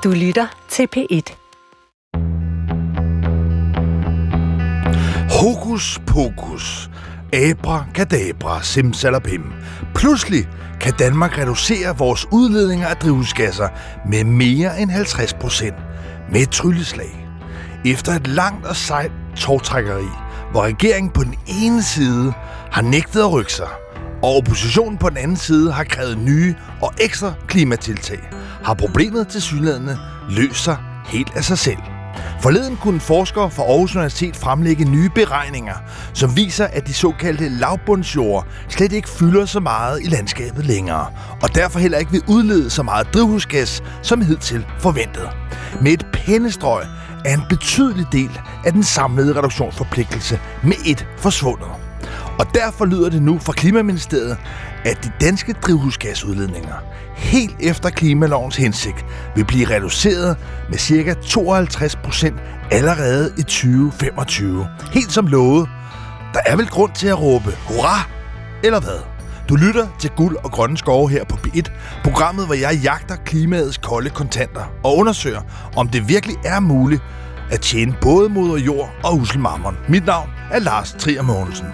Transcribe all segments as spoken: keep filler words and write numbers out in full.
Du lytter til P et. Hokus pokus. Abra kadabra simsalabim. Pludselig kan Danmark reducere vores udledninger af drivhusgasser med mere end halvtreds procent med et trylleslag. Efter et langt og sejt tovtrækkeri, hvor regeringen på den ene side har nægtet at rykke sig, og oppositionen på den anden side har krævet nye og ekstra klimatiltag, har problemet tilsyneladende løst sig helt af sig selv. Forleden kunne forskere fra Aarhus Universitet fremlægge nye beregninger, som viser, at de såkaldte lavbundsjorde slet ikke fylder så meget i landskabet længere, og derfor heller ikke vil udlede så meget drivhusgas som hidtil forventet. Med et pennestrøg er en betydelig del af den samlede reduktionsforpligtelse med et forsvundet. Og derfor lyder det nu fra Klimaministeriet, at de danske drivhusgasudledninger helt efter klimalovens hensigt vil blive reduceret med ca. tooghalvtreds procent allerede i tyve femogtyve. Helt som lovet. Der er vel grund til at råbe hurra, eller hvad? Du lytter til Guld og Grønne Skove her på P et, programmet, hvor jeg jagter klimaets kolde kontanter og undersøger, om det virkelig er muligt at tjene både moder jord og usselmammon. Mit navn er Lars Trier Mogensen.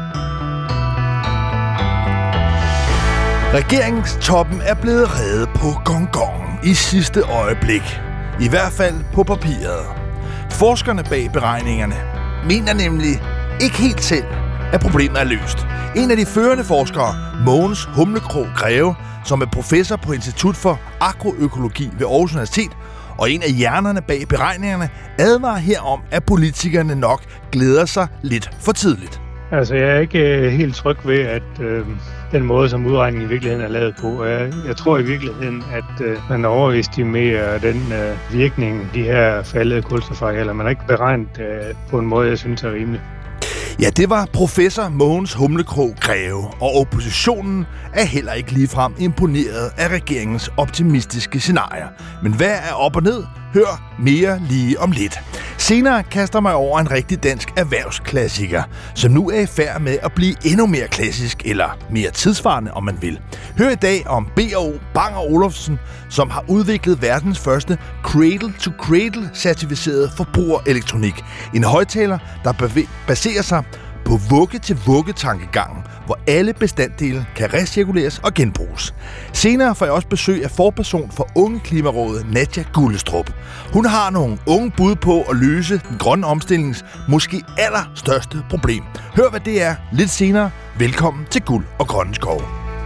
Regeringstoppen er blevet reddet på gongongen i sidste øjeblik. I hvert fald på papiret. Forskerne bag beregningerne mener nemlig ikke helt selv, at problemet er løst. En af de førende forskere, Mogens Humlekrog Greve, som er professor på Institut for Agroøkologi ved Aarhus Universitet, og en af hjernerne bag beregningerne, advarer herom, at politikerne nok glæder sig lidt for tidligt. Altså, jeg er ikke øh, helt tryg ved, at øh, den måde, som udregningen i virkeligheden er lavet på, jeg, jeg tror i virkeligheden, at øh, man overestimerer den øh, virkning, de her faldede kulstofarealer. Man har ikke beregnet øh, på en måde, jeg synes er rimelig. Ja, det var professor Mogens Humlekrog Greve, og oppositionen er heller ikke ligefrem imponeret af regeringens optimistiske scenarier. Men hvad er op og ned? Hør mere lige om lidt. Senere kaster mig over en rigtig dansk erhvervsklassiker, som nu er i færd med at blive endnu mere klassisk, eller mere tidsvarende, om man vil. Hør i dag om B og O Bang og Olufsen, som har udviklet verdens første Cradle-to-Cradle-certificerede forbrugerelektronik. En højttaler, der baserer sig på vugge-til-vugge-tankegangen, hvor alle bestanddele kan recirkuleres og genbruges. Senere får jeg også besøg af forperson for Unge Klimarådet, Nadja Gullestrup. Hun har nogle unge bud på at løse den grønne omstillings måske allerstørste problem. Hør, hvad det er lidt senere. Velkommen til Guld og Grønne Skove.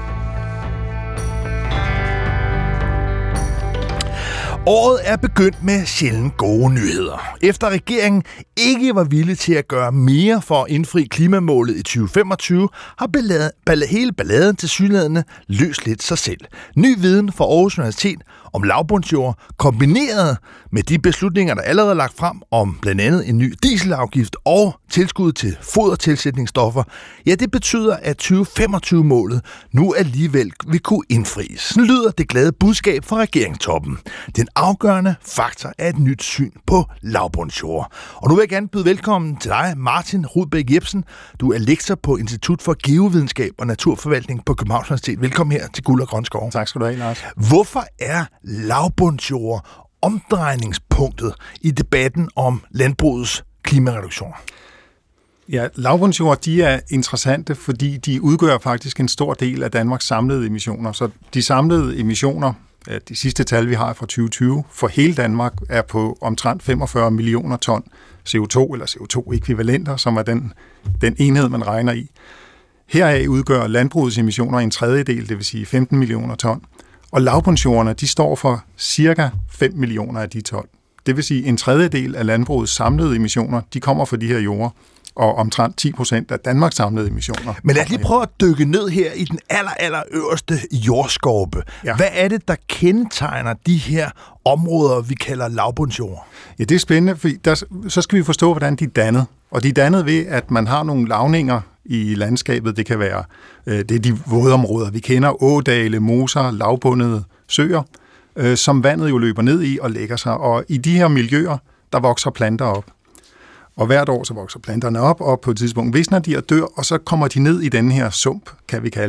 Året er begyndt med sjældent gode nyheder. Efter regeringen ikke var villig til at gøre mere for at indfri klimamålet i tyve femogtyve, har ballade, ballade, hele balladen tilsyneladende løst lidt sig selv. Ny viden fra Aarhus Universitet om lavbundsjord, kombineret med de beslutninger, der allerede er lagt frem om blandt andet en ny dieselafgift og tilskud til fodertilsætningsstoffer, ja, det betyder, at tyve femogtyve-målet nu alligevel vil kunne indfries. Sådan lyder det glade budskab fra regeringstoppen. Den afgørende faktor er et nyt syn på lavbundsjord. Og nu vil jeg gerne byde velkommen til dig, Martin Rudbæk Jepsen. Du er lektor på Institut for Geovidenskab og Naturforvaltning på Københavns Universitet. Velkommen her til Guld og Grønne Skove. Tak skal du have, Lars. Hvorfor er lavbundsjord omdrejningspunktet i debatten om landbrugets klimareduktion? Ja, lavbundsjord, de er interessante, fordi de udgør faktisk en stor del af Danmarks samlede emissioner. Så de samlede emissioner, de sidste tal, vi har fra tyve tyve, for hele Danmark er på omtrent femogfyrre millioner ton C O to eller C O to-ekvivalenter, som er den, den enhed, man regner i. Heraf udgør landbrugets emissioner en tredjedel, det vil sige femten millioner ton. Og lavbundsjorderne, de står for cirka fem millioner af de ton. Det vil sige, en tredjedel af landbrugets samlede emissioner, de kommer fra de her jorder, og omtrent ti procent af Danmarks samlede emissioner. Men lad os lige prøve at dykke ned her i den aller, aller øverste jordskorpe. Ja. Hvad er det, der kendetegner de her områder, vi kalder lavbundsjord? Ja, det er spændende, for der, så skal vi forstå, hvordan de er dannet. Og de er dannet ved, at man har nogle lavninger i landskabet. Det kan være, øh, det er de vådområder, vi kender, ådale, moser, lavbundede søer, øh, som vandet jo løber ned i og lægger sig. Og i de her miljøer, der vokser planter op. Og hvert år så vokser planterne op, og på et tidspunkt visner de og dør, og så kommer de ned i den her sump, kan vi kalde det.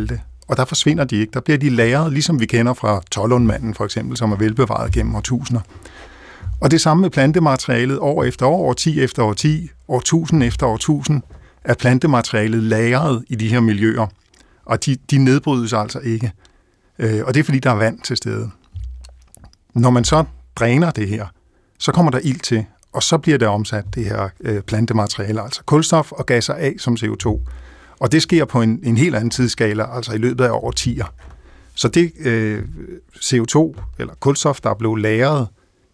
og der forsvinder de ikke. Der bliver de lagret, ligesom vi kender fra Tollundmanden for eksempel, som er velbevaret gennem årtusinder. Og det samme med plantematerialet år efter år, årti efter årti, årtusind efter årtusind, er plantematerialet lagret i de her miljøer, og de, de nedbrydes altså ikke. Øh, og det er fordi, der er vand til stede. Når man så dræner det her, så kommer der ild til, og så bliver det omsat, det her øh, plantemateriale, altså kulstof og gasser af som C O to. Og det sker på en, en helt anden tidsskala, altså i løbet af årtier. Så det øh, C O to, eller kulstof, der er blevet lagret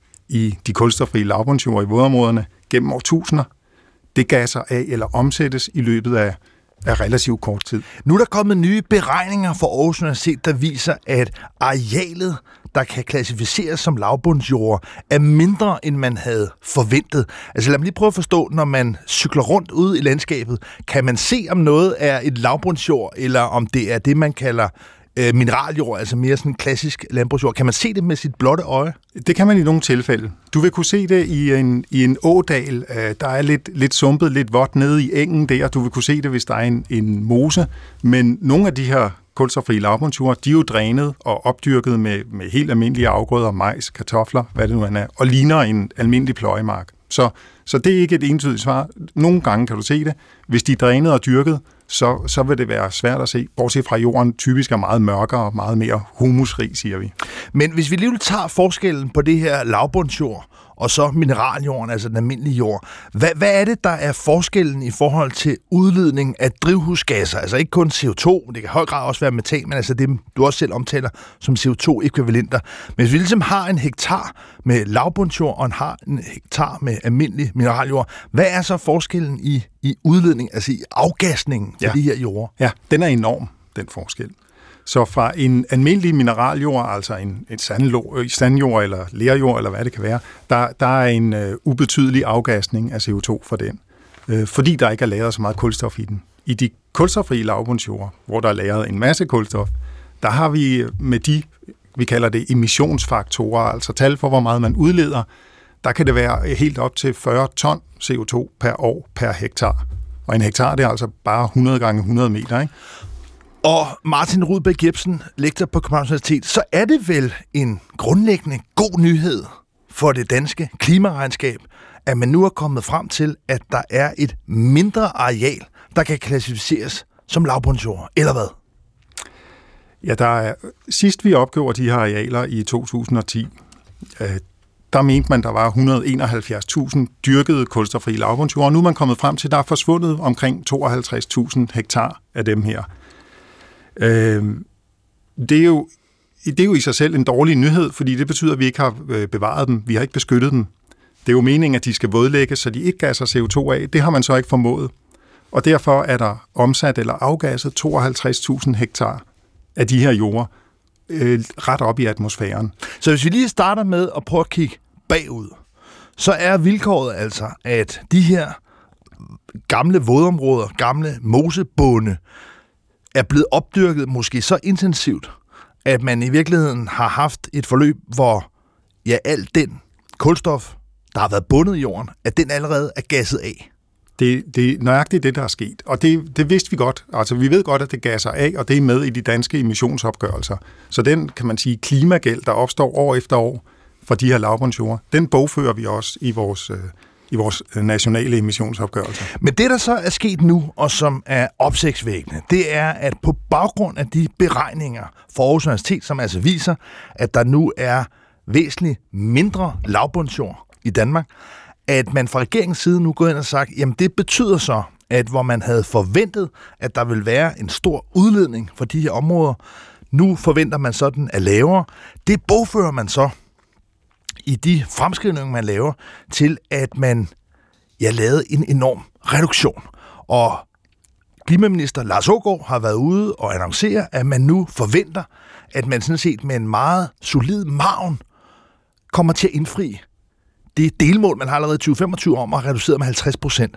i de kulstoffrie lavbundsjorder i vådområderne gennem årtusinder, det gasser af eller omsættes i løbet af, af relativt kort tid. Nu er der kommet nye beregninger fra Aarhus Universitet, der viser, at arealet, der kan klassificeres som lavbundsjord, er mindre, end man havde forventet. Altså lad mig lige prøve at forstå, når man cykler rundt ude i landskabet, kan man se, om noget er et lavbundsjord, eller om det er det, man kalder øh, mineraljord, altså mere sådan klassisk landbrugsjord. Kan man se det med sit blotte øje? Det kan man i nogle tilfælde. Du vil kunne se det i en, i en ådal, der er lidt, lidt sumpet, lidt vådt nede i engen der. Du vil kunne se det, hvis der er en, en mose. Men nogle af de her kulstoffrie lavbundsjorder, de er jo drænet og opdyrket med, med helt almindelige afgrøder, majs, kartofler, hvad det nu er, og ligner en almindelig pløjemark. Så, så det er ikke et entydigt svar. Nogle gange kan du se det. Hvis de er drænet og dyrket, så, så vil det være svært at se, bortset fra jorden typisk er meget mørkere og meget mere humusrig, siger vi. Men hvis vi lige tager forskellen på det her lavbundsjord og så mineraljorden, altså den almindelige jord, hvad, hvad er det, der er forskellen i forhold til udledning af drivhusgasser? Altså ikke kun C O to, det kan i høj grad også være metan, men altså det, du også selv omtaler som C O to-ekvivalenter. Men hvis vi ligesom har en hektar med lavbundsjord og en har en hektar med almindelig mineraljord, hvad er så forskellen i, i udledning, altså i afgasningen for ja. de her jorder? Ja, den er enorm, den forskel. Så fra en almindelig mineraljord, altså en, et sandjord, sandjord eller lerjord, eller hvad det kan være, der, der er en uh, ubetydelig afgasning af C O to for den, uh, fordi der ikke er lagret så meget kulstof i den. I de kulstoffrie lavbundsjorder, hvor der er lagret en masse kulstof, der har vi med de, vi kalder det emissionsfaktorer, altså tal for, hvor meget man udleder, der kan det være helt op til fyrre ton C O to per år per hektar. Og en hektar, det er altså bare hundrede gange hundrede meter, ikke? Og Martin Rudbæk Jepsen, lektor på Københavns Universitet, så er det vel en grundlæggende god nyhed for det danske klimaregnskab, at man nu er kommet frem til, at der er et mindre areal, der kan klassificeres som lavbundsjord, eller hvad? Ja, der er, sidst vi opgjorde de her arealer i to tusind og ti, øh, der mente man, der var et hundrede og enoghalvfjerds tusind dyrkede kulstoffrie lavbundsjorder, og nu er man kommet frem til, at der er forsvundet omkring tooghalvtreds tusind hektar af dem her. Det er, jo, det er jo i sig selv en dårlig nyhed, fordi det betyder, at vi ikke har bevaret dem, vi har ikke beskyttet dem. Det er jo meningen, at de skal vådlægges, så de ikke gasser C O to af. Det har man så ikke formået. Og derfor er der omsat eller afgasset tooghalvtreds tusind hektar af de her jorder øh, ret op i atmosfæren. Så hvis vi lige starter med at prøve at kigge bagud, så er vilkåret altså, at de her gamle vådområder, gamle mosebunde, er blevet opdyrket måske så intensivt, at man i virkeligheden har haft et forløb, hvor ja, alt den kulstof, der har været bundet i jorden, at den allerede er gasset af. Det, det er nøjagtigt det, der er sket, og det, det vidste vi godt. Altså, vi ved godt, at det gasser af, og det er med i de danske emissionsopgørelser. Så den, kan man sige, klimagæld, der opstår år efter år for de her lavbundsjorder, den bogfører vi også i vores i vores nationale emissionsopgørelser. Men det, der så er sket nu, og som er opsigtsvækkende, det er, at på baggrund af de beregninger fra Aarhus Universitet, som altså viser, at der nu er væsentligt mindre lavbundsjord i Danmark, at man fra regeringens side nu går ind og sagt, jamen det betyder så, at hvor man havde forventet, at der vil være en stor udledning for de her områder, nu forventer man så, den er lavere. Det bogfører man så i de fremskrivninger, man laver, til at man ja, lavede en enorm reduktion. Og klimaminister Lars Aagaard har været ude og annoncere, at man nu forventer, at man sådan set med en meget solid margen kommer til at indfri det delmål, man har allerede i tyve femogtyve om at reducere med halvtreds procent.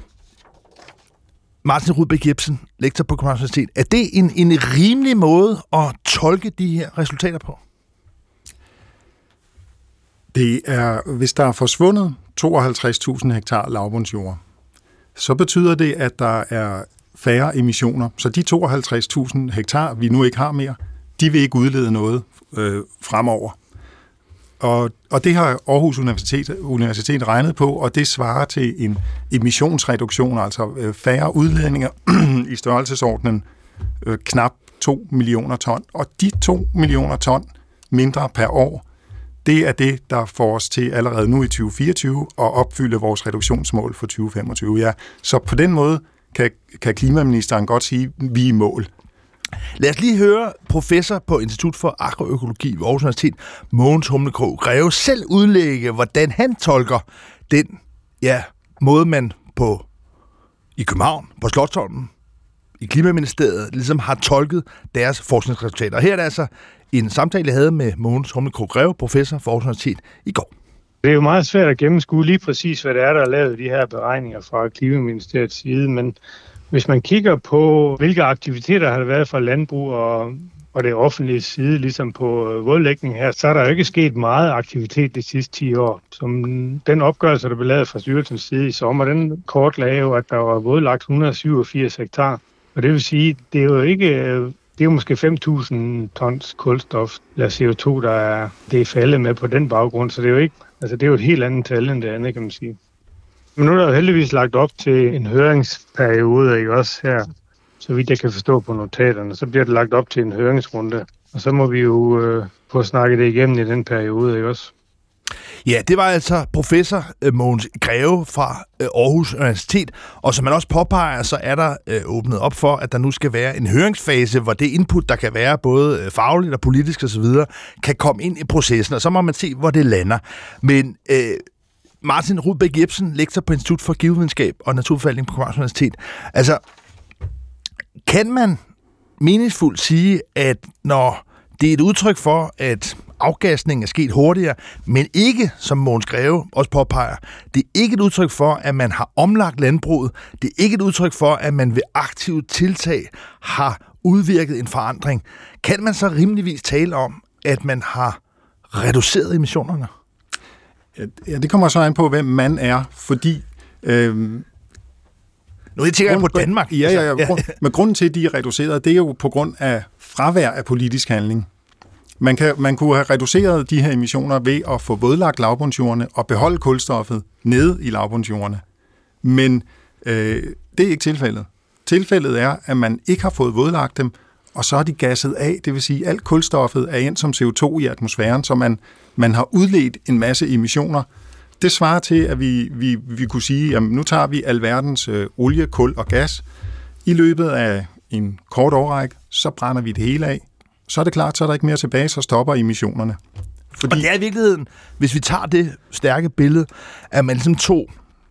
Martin Rudbæk Jepsen, lektor på Københavns Universitet, er det en, en rimelig måde at tolke de her resultater på? Det er, hvis der er forsvundet tooghalvtreds tusind hektar lavbundsjord, så betyder det, at der er færre emissioner. Så de tooghalvtreds tusind hektar, vi nu ikke har mere, de vil ikke udlede noget øh, fremover. Og, og det har Aarhus Universitet, Universitet regnet på, og det svarer til en emissionsreduktion, altså øh, færre udledninger i størrelsesordenen øh, knap to millioner ton. Og de to millioner ton mindre per år, det er det, der får os til allerede nu i tyve fireogtyve at opfylde vores reduktionsmål for tyve femogtyve. Ja. Så på den måde kan, kan klimaministeren godt sige, at vi er i mål. Lad os lige høre professor på Institut for Agroøkologi ved Aarhus Universitet, Mogens Humlekrog Greve, selv udlægge, hvordan han tolker den ja, måde, man på i København, på Slotsholmen, i Klimaministeriet, ligesom har tolket deres forskningsresultater. Og her er det altså en samtale, jeg havde med Mogens Humlekrog Greve, professor for Aarhus Universitet, i går. Det er jo meget svært at gennemskue lige præcis, hvad det er, der er lavet de her beregninger fra Klimaministeriets side, men hvis man kigger på, hvilke aktiviteter har der været fra landbrug og, og det offentlige side, ligesom på vådlægning her, så er der jo ikke sket meget aktivitet de sidste ti år. Som den opgørelse, der blev lavet fra styrelsens side i sommer, den kortlagde jo, at der var vådlagt et hundrede og syvogfirs hektar. Og det vil sige, det er jo ikke, det er jo måske fem tusind tons kulstof eller C O to, der er, det er faldet med på den baggrund, så det er jo ikke, altså det er jo et helt andet tal end det andet, kan man sige. Men nu er der jo heldigvis lagt op til en høringsperiode, ikke også her, så vidt jeg kan forstå på notaterne, så bliver det lagt op til en høringsrunde, og så må vi jo øh, få snakket det igennem i den periode, ikke også? Ja, det var altså professor øh, Mogens Greve fra øh, Aarhus Universitet, og som man også påpeger, så er der øh, åbnet op for, at der nu skal være en høringsfase, hvor det input, der kan være både øh, fagligt og politisk osv., kan komme ind i processen, og så må man se, hvor det lander. Men øh, Martin Rudbæk Jepsen, lektor på Institut for Geovidenskab og Naturforvaltning på Københavns Universitet. Altså, kan man meningsfuldt sige, at når det er et udtryk for, at afgasningen er sket hurtigere, men ikke, som Mogens Greve også påpeger, det er ikke et udtryk for, at man har omlagt landbruget, det er ikke et udtryk for, at man ved aktive tiltag har udvirket en forandring. Kan man så rimeligvis tale om, at man har reduceret emissionerne? Ja, det kommer så an på, hvem man er, fordi øhm, nu jeg tænker grund, på Danmark. Ja, ja, ja. Grund, men grunden til, at de er reduceret, det er jo på grund af fravær af politisk handling. Man, kan, man kunne have reduceret de her emissioner ved at få vådlagt lavbundsjordene og beholde kulstoffet nede i lavbundsjordene. Men øh, det er ikke tilfældet. Tilfældet er, at man ikke har fået vådlagt dem, og så er de gasset af. Det vil sige, at alt kulstoffet er ind som C O to i atmosfæren, så man, man har udledt en masse emissioner. Det svarer til, at vi, vi, vi kunne sige, at nu tager vi alverdens øh, olie, kul og gas. I løbet af en kort årrække, så brænder vi det hele af. Så er det klart, så er der ikke mere tilbage, så stopper emissionerne. Fordi... Og det er i virkeligheden, hvis vi tager det stærke billede, at man ligesom tog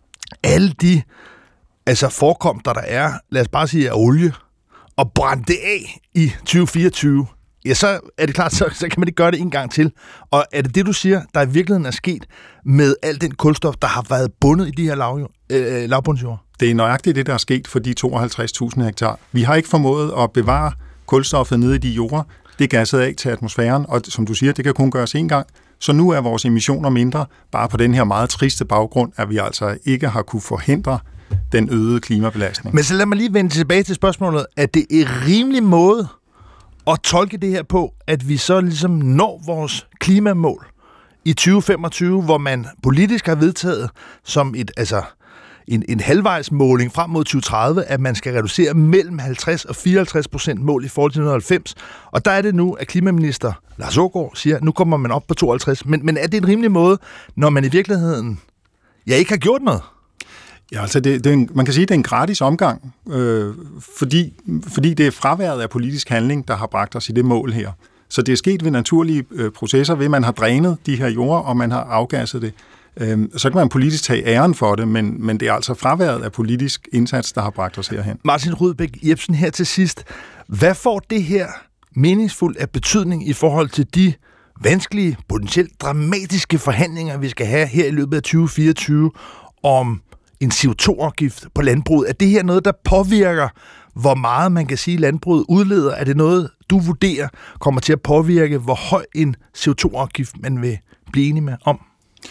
alle de altså forekomster, der er, lad os bare sige, af olie, og brændte det af i tyve fireogtyve, ja, så er det klart, så, så kan man ikke gøre det en gang til. Og er det det, du siger, der i virkeligheden er sket med al den kulstof, der har været bundet i de her lav, øh, lavbundsjord? Det er nøjagtigt det, der er sket for de tooghalvtreds tusind hektar. Vi har ikke formået at bevare kulstoffet nede i de jorder. Det er gasset af til atmosfæren, og som du siger, det kan kun gøres én gang. Så nu er vores emissioner mindre, bare på den her meget triste baggrund, at vi altså ikke har kunne forhindre den øgede klimabelastning. Men så lad mig lige vende tilbage til spørgsmålet, at det er en rimelig måde at tolke det her på, at vi så ligesom når vores klimamål i tyve femogtyve, hvor man politisk har vedtaget som et, altså en, en halvvejsmåling frem mod tyve tredive, at man skal reducere mellem halvtreds og fireoghalvtreds procent mål i forhold til nitten halvfems. Og der er det nu, at klimaminister Lars Aagaard siger, at nu kommer man op på tooghalvtreds. Men, men er det en rimelig måde, når man i virkeligheden ja, ikke har gjort noget? Ja, altså det, det er en, man kan sige, at det er en gratis omgang, øh, fordi, fordi det er fraværet af politisk handling, der har bragt os i det mål her. Så det er sket ved naturlige øh, processer, ved at man har drænet de her jorder, og man har afgasset det. Øh, så kan man politisk tage æren for det, men, men det er altså fraværet af politisk indsats, der har bragt os herhen. Martin Rudbæk Jepsen her til sidst. Hvad får det her meningsfuldt af betydning i forhold til de vanskelige, potentielt dramatiske forhandlinger, vi skal have her i løbet af tyve fireogtyve om en C O to afgift på landbruget? Er det her noget, der påvirker, hvor meget man kan sige, landbruget udleder? Er det noget, du vurderer kommer til at påvirke, hvor høj en C O to afgift man vil blive enig med om?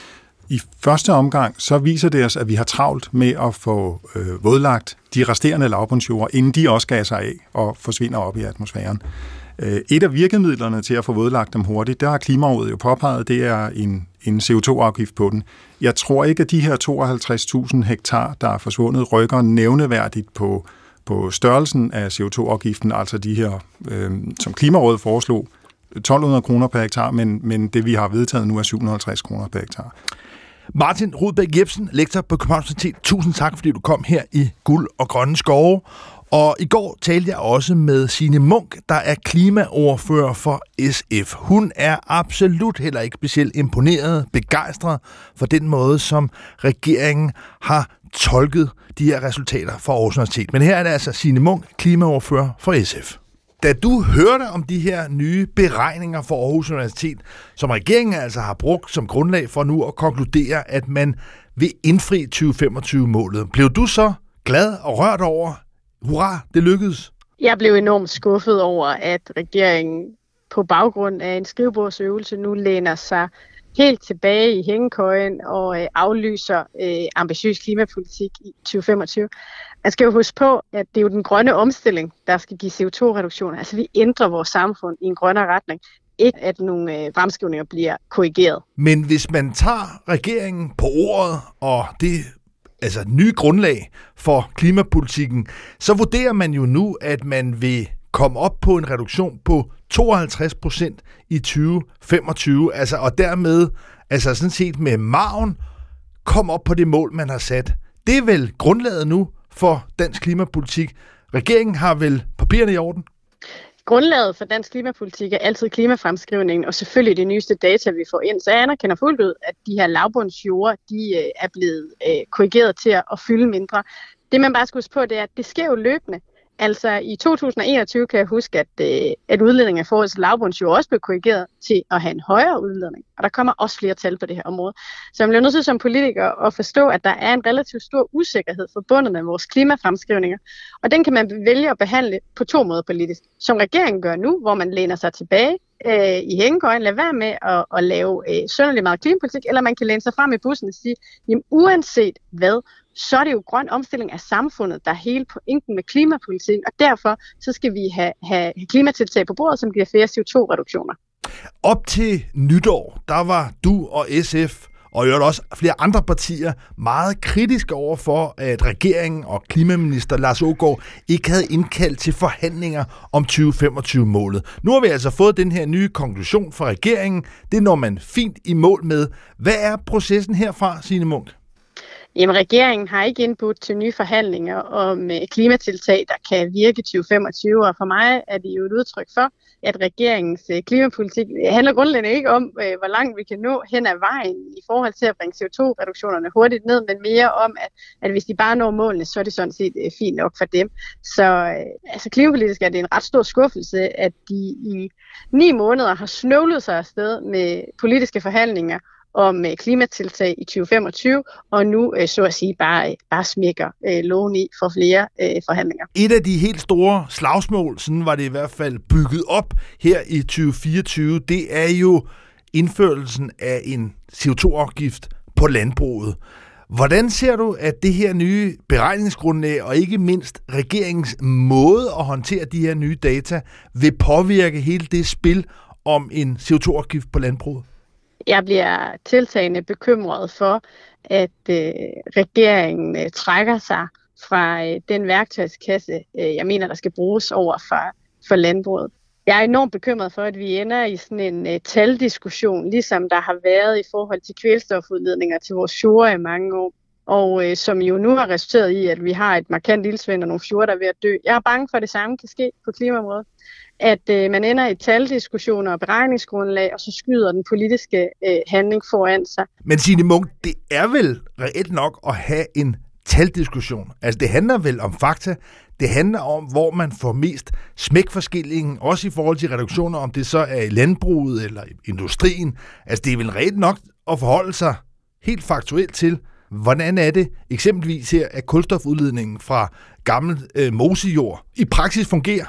I første omgang, så viser det os, at vi har travlt med at få øh, vådlagt de resterende lavbundsjorder, inden de også gasser af og forsvinder op i atmosfæren. Øh, et af virkemidlerne til at få vådlagt dem hurtigt, der har Klimarådet jo påpeget, det er en, en C O to afgift på den. Jeg tror ikke, at de her tooghalvtreds tusind hektar, der er forsvundet, rykker nævneværdigt på, på størrelsen af C O to afgiften, altså de her, øh, som Klimarådet foreslog, tolv hundrede kroner per hektar, men, men det vi har vedtaget nu er syv hundrede og halvtreds kroner per hektar. Martin Rudbæk Jepsen, lektor på Københavns Universitet. Tusind tak, fordi du kom her i Guld og Grønne Skove. Og i går talte jeg også med Signe Munk, der er klimaordfører for S F. Hun er absolut heller ikke specielt imponeret, begejstret for den måde, som regeringen har tolket de her resultater fra Aarhus Universitet. Men her er det altså Signe Munk, klimaordfører for S F. Da du hørte om de her nye beregninger for Aarhus Universitet, som regeringen altså har brugt som grundlag for nu at konkludere, at man vil indfri tyve femogtyve-målet, blev du så glad og rørt over, hurra, det lykkedes? Jeg blev enormt skuffet over, at regeringen på baggrund af en skrivebordsøvelse nu læner sig helt tilbage i hængekøjen og øh, aflyser øh, ambitiøs klimapolitik i tyve femogtyve. Man skal jo huske på, at det er jo den grønne omstilling, der skal give C O to reduktioner. Altså vi ændrer vores samfund i en grønnere retning. Ikke at nogle øh, fremskrivninger bliver korrigeret. Men hvis man tager regeringen på ordet og det altså nye grundlag for klimapolitikken, så vurderer man jo nu, at man vil komme op på en reduktion på tooghalvtreds procent i tyve femogtyve, altså, og dermed altså sådan set med margen komme op på det mål, man har sat. Det er vel grundlaget nu for dansk klimapolitik. Regeringen har vel papirerne i orden? Grundlaget for dansk klimapolitik er altid klimafremskrivningen, og selvfølgelig det nyeste data, vi får ind. Så jeg anerkender fuldt ud, at de her lavbundsjorder, de øh, er blevet øh, korrigeret til at fylde mindre. Det man bare skal huske på, det er, at det sker jo løbende. Altså i to tusind og enogtyve kan jeg huske, at, øh, at udledningen af forhold til lavbundsjord også blev korrigeret til at have en højere udledning. Og der kommer også flere tal på det her område. Så man bliver nødt til som politiker at forstå, at der er en relativt stor usikkerhed forbundet med vores klimafremskrivninger. Og den kan man vælge at behandle på to måder politisk. Som regeringen gør nu, hvor man læner sig tilbage øh, i hængekøjen, lad være med at, at lave øh, synderligt meget klimapolitik, eller man kan læne sig frem i bussen og sige, jamen uanset hvad, så er det jo grøn omstilling af samfundet, der er hele pointen med klimapolitikken, og derfor så skal vi have, have klimatiltag på bordet, som giver flere C O to reduktioner. Op til nytår, der var du og S F, og jo også flere andre partier, meget kritiske over for, at regeringen og klimaminister Lars Aagaard ikke havde indkaldt til forhandlinger om tyve femogtyve-målet. Nu har vi altså fået den her nye konklusion fra regeringen. Det når man fint i mål med. Hvad er processen herfra, Signe Munk? Jamen, regeringen har ikke indbudt til nye forhandlinger om øh, klimatiltag, der kan virke tyve femogtyve, og for mig er det jo et udtryk for, at regeringens øh, klimapolitik handler grundlæggende ikke om, øh, hvor langt vi kan nå hen ad vejen i forhold til at bringe C O to reduktionerne hurtigt ned, men mere om, at, at hvis de bare når målene, så er det sådan set øh, fint nok for dem. Så øh, altså, klimapolitisk er det en ret stor skuffelse, at de i ni måneder har snøvlet sig afsted med politiske forhandlinger om øh, klimatiltag i tyve femogtyve, og nu øh, så at sige bare, bare smækker øh, loven i for flere øh, forhandlinger. Et af de helt store slagsmål, sådan var det i hvert fald bygget op her i tyve fireogtyve, det er jo indførelsen af en C O to afgift på landbruget. Hvordan ser du, at det her nye beregningsgrundlag, og ikke mindst regeringens måde at håndtere de her nye data, vil påvirke hele det spil om en C O to afgift på landbruget? Jeg bliver tiltagende bekymret for, at øh, regeringen øh, trækker sig fra øh, den værktøjskasse, øh, jeg mener, der skal bruges over for, for landbruget. Jeg er enormt bekymret for, at vi ender i sådan en øh, taldiskussion, ligesom der har været i forhold til kvælstofudledninger til vores fjorde i mange år, og øh, som jo nu har resulteret i, at vi har et markant ildsvind og nogle fjorde, der er ved at dø. Jeg er bange for, at det samme kan ske på klimaområdet. At øh, man ender i taldiskussioner og beregningsgrundlag, og så skyder den politiske øh, handling foran sig. Men Signe Munk, det er vel reelt nok at have en taldiskussion. Altså det handler vel om fakta. Det handler om, hvor man får mest smækforskillingen, også i forhold til reduktioner, om det så er i landbruget eller i industrien. Altså det er vel reelt nok at forholde sig helt faktuelt til, hvordan er det eksempelvis her, at kulstofudledningen fra gammel øh, mosejord i praksis fungerer?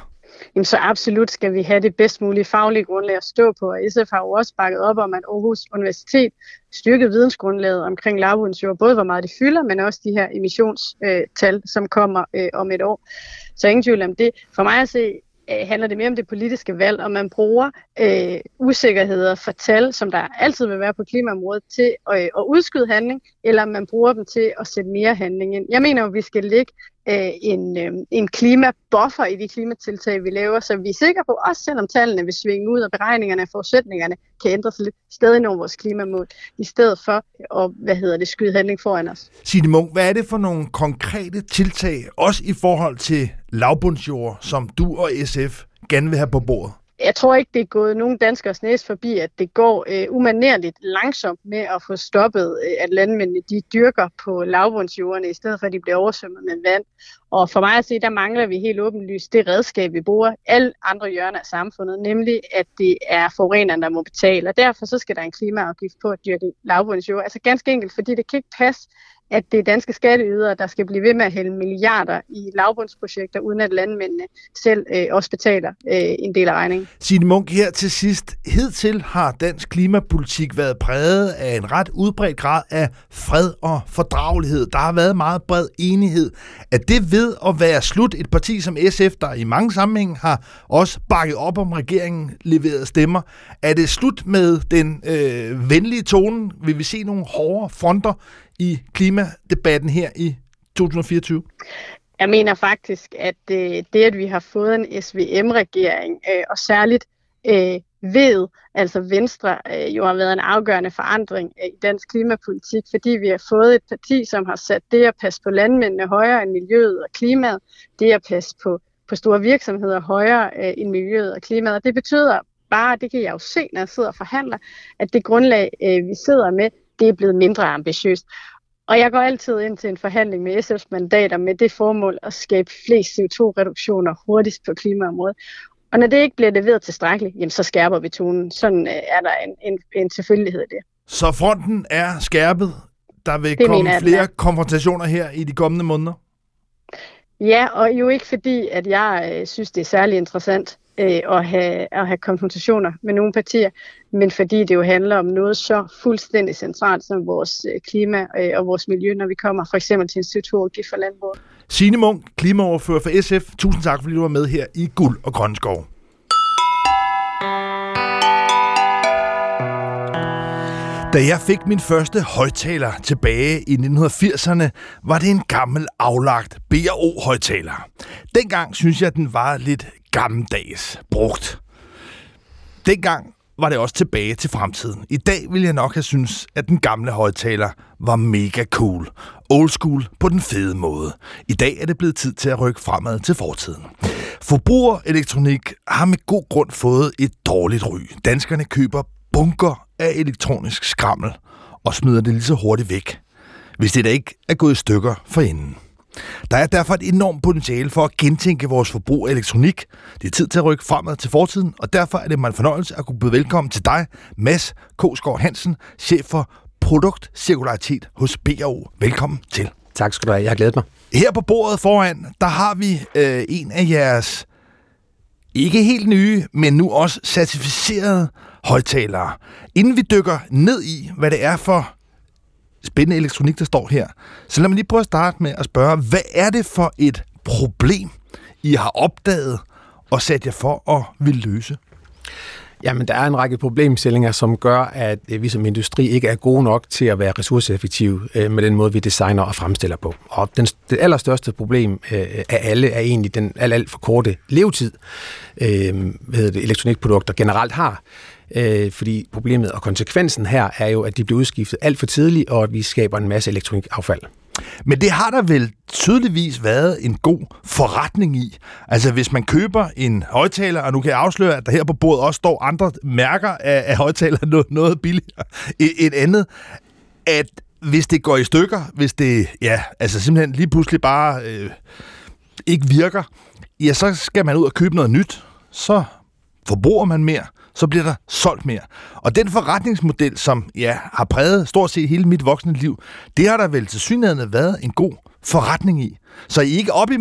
jamen så absolut skal vi have det bedst mulige faglige grundlag at stå på. Og S F har jo også bakket op om, at Aarhus Universitet styrkede vidensgrundlaget omkring lavbundsjord, både hvor meget det fylder, men også de her emissionstal, øh, som kommer øh, om et år. Så ingen tvivl om det. For mig at se, handler det mere om det politiske valg, og man bruger øh, usikkerheder for tal, som der altid vil være på klimaområdet, til at, øh, at udskyde handling, eller man bruger dem til at sætte mere handling ind. Jeg mener, at vi skal lægge øh, en, øh, en klimabuffer i de klimatiltag, vi laver, så vi er sikre på, også selvom tallene vil svinge ud, og beregningerne og forudsætningerne kan ændre sig lidt, stadig nå vores klimamål, i stedet for at hvad hedder det, skyde handling foran os. Signe Munk, hvad er det for nogle konkrete tiltag, også i forhold til lavbundsjord, som du og S F gerne vil have på bordet? Jeg tror ikke, det er gået nogen danskers næse forbi, at det går øh, umanerligt langsomt med at få stoppet, øh, at landmændene de dyrker på lavbundsjordene, i stedet for at de bliver oversvømmet med vand. Og for mig at se, der mangler vi helt åbenlyst det redskab, vi bruger alle andre hjørner af samfundet, nemlig at det er forureneren, der må betale. Og derfor så skal der en klimaafgift på at dyrke lavbundsjord. Altså ganske enkelt, fordi det kan ikke passe, at det er danske skatteydere, der skal blive ved med at hælde milliarder i lavbundsprojekter, uden at landmændene selv øh, også betaler øh, en del af regningen. Signe Munk, her til sidst. Hidtil har dansk klimapolitik været præget af en ret udbredt grad af fred og fordragelighed. Der har været meget bred enighed. Er det ved at være slut? Et parti som S F, der i mange sammenhænge har også bakket op om regeringen, leveret stemmer. Er det slut med den øh, venlige tone? Vil vi se nogle hårde fronter i klimadebatten her i to tusind og fireogtyve? Jeg mener faktisk, at øh, det, at vi har fået en S V M-regering, øh, og særligt øh, ved, altså Venstre, øh, jo har været en afgørende forandring øh, i dansk klimapolitik, fordi vi har fået et parti, som har sat det at passe på landmændene højere end miljøet og klimaet, det at passe på, på store virksomheder højere øh, end miljøet og klimaet. Og det betyder bare, det kan jeg jo se, når jeg sidder og forhandler, at det grundlag, øh, vi sidder med, det er blevet mindre ambitiøst. Og jeg går altid ind til en forhandling med S F's mandater med det formål at skabe flest C O to reduktioner hurtigst på klimaområdet. Og når det ikke bliver leveret tilstrækkeligt, jamen så skærper vi tonen. Sådan øh, er der en, en, en selvfølgelighed i det. Så fronten er skærpet. Der vil det komme mener, flere konfrontationer her i de kommende måneder? Ja, og jo ikke fordi, at jeg øh, synes, det er særlig interessant øh, at, have, at have konfrontationer med nogle partier, men fordi det jo handler om noget så fuldstændig centralt som vores øh, klima øh, og vores miljø, når vi kommer for eksempel til en C O to afgift for landbruget. Signe Munk, klimaordfører for S F. Tusind tak, fordi du var med her i Guld og Grønne Skov. Da jeg fik min første højttaler tilbage i nitten firserne, var det en gammel aflagt B og O-højttaler. Dengang synes jeg, den var lidt gammeldags brugt. Dengang var det også tilbage til fremtiden. I dag ville jeg nok have synes, at den gamle højttaler var mega cool. Old school på den fede måde. I dag er det blevet tid til at rykke fremad til fortiden. Forbrugerelektronik har med god grund fået et dårligt ry. Danskerne køber bunker af elektronisk skrammel og smider det lige så hurtigt væk, hvis det da ikke er gået i stykker forinden. Der er derfor et enormt potentiale for at gentænke vores forbrug af elektronik. Det er tid til at rykke fremad til fortiden, og derfor er det mig en fornøjelse at kunne byde velkommen til dig, Mads Kogsgaard Hansen, chef for produktcirkularitet hos B og O. Velkommen til. Tak skal du have. Jeg har glædet mig. Her på bordet foran, der har vi øh, en af jeres ikke helt nye, men nu også certificerede højttalere. Inden vi dykker ned i, hvad det er for spændende elektronik, der står her, så lad mig lige prøve at starte med at spørge, hvad er det for et problem, I har opdaget og sat jer for at vil løse? Jamen, der er en række problemstillinger, som gør, at vi som industri ikke er gode nok til at være ressourceeffektive med den måde, vi designer og fremstiller på. Og den, det allerstørste problem af alle er egentlig den alt, alt for korte levetid, hvad det, elektronikprodukter generelt har. Fordi problemet og konsekvensen her er jo, at de bliver udskiftet alt for tidligt, og at vi skaber en masse elektronikaffald. Men det har der vel tydeligvis været en god forretning i. Altså hvis man køber en højttaler, og nu kan jeg afsløre, at der her på bordet også står andre mærker af, af højttaler, noget, noget billigere, et, et andet, at hvis det går i stykker, hvis det ja, altså simpelthen lige pludselig bare øh, ikke virker, ja, så skal man ud og købe noget nyt, så forbruger man mere, så bliver der solgt mere. Og den forretningsmodel, som ja, har præget stort set hele mit voksne liv, det har der vel tilsyneladende været en god forretning i. Så I er ikke op imod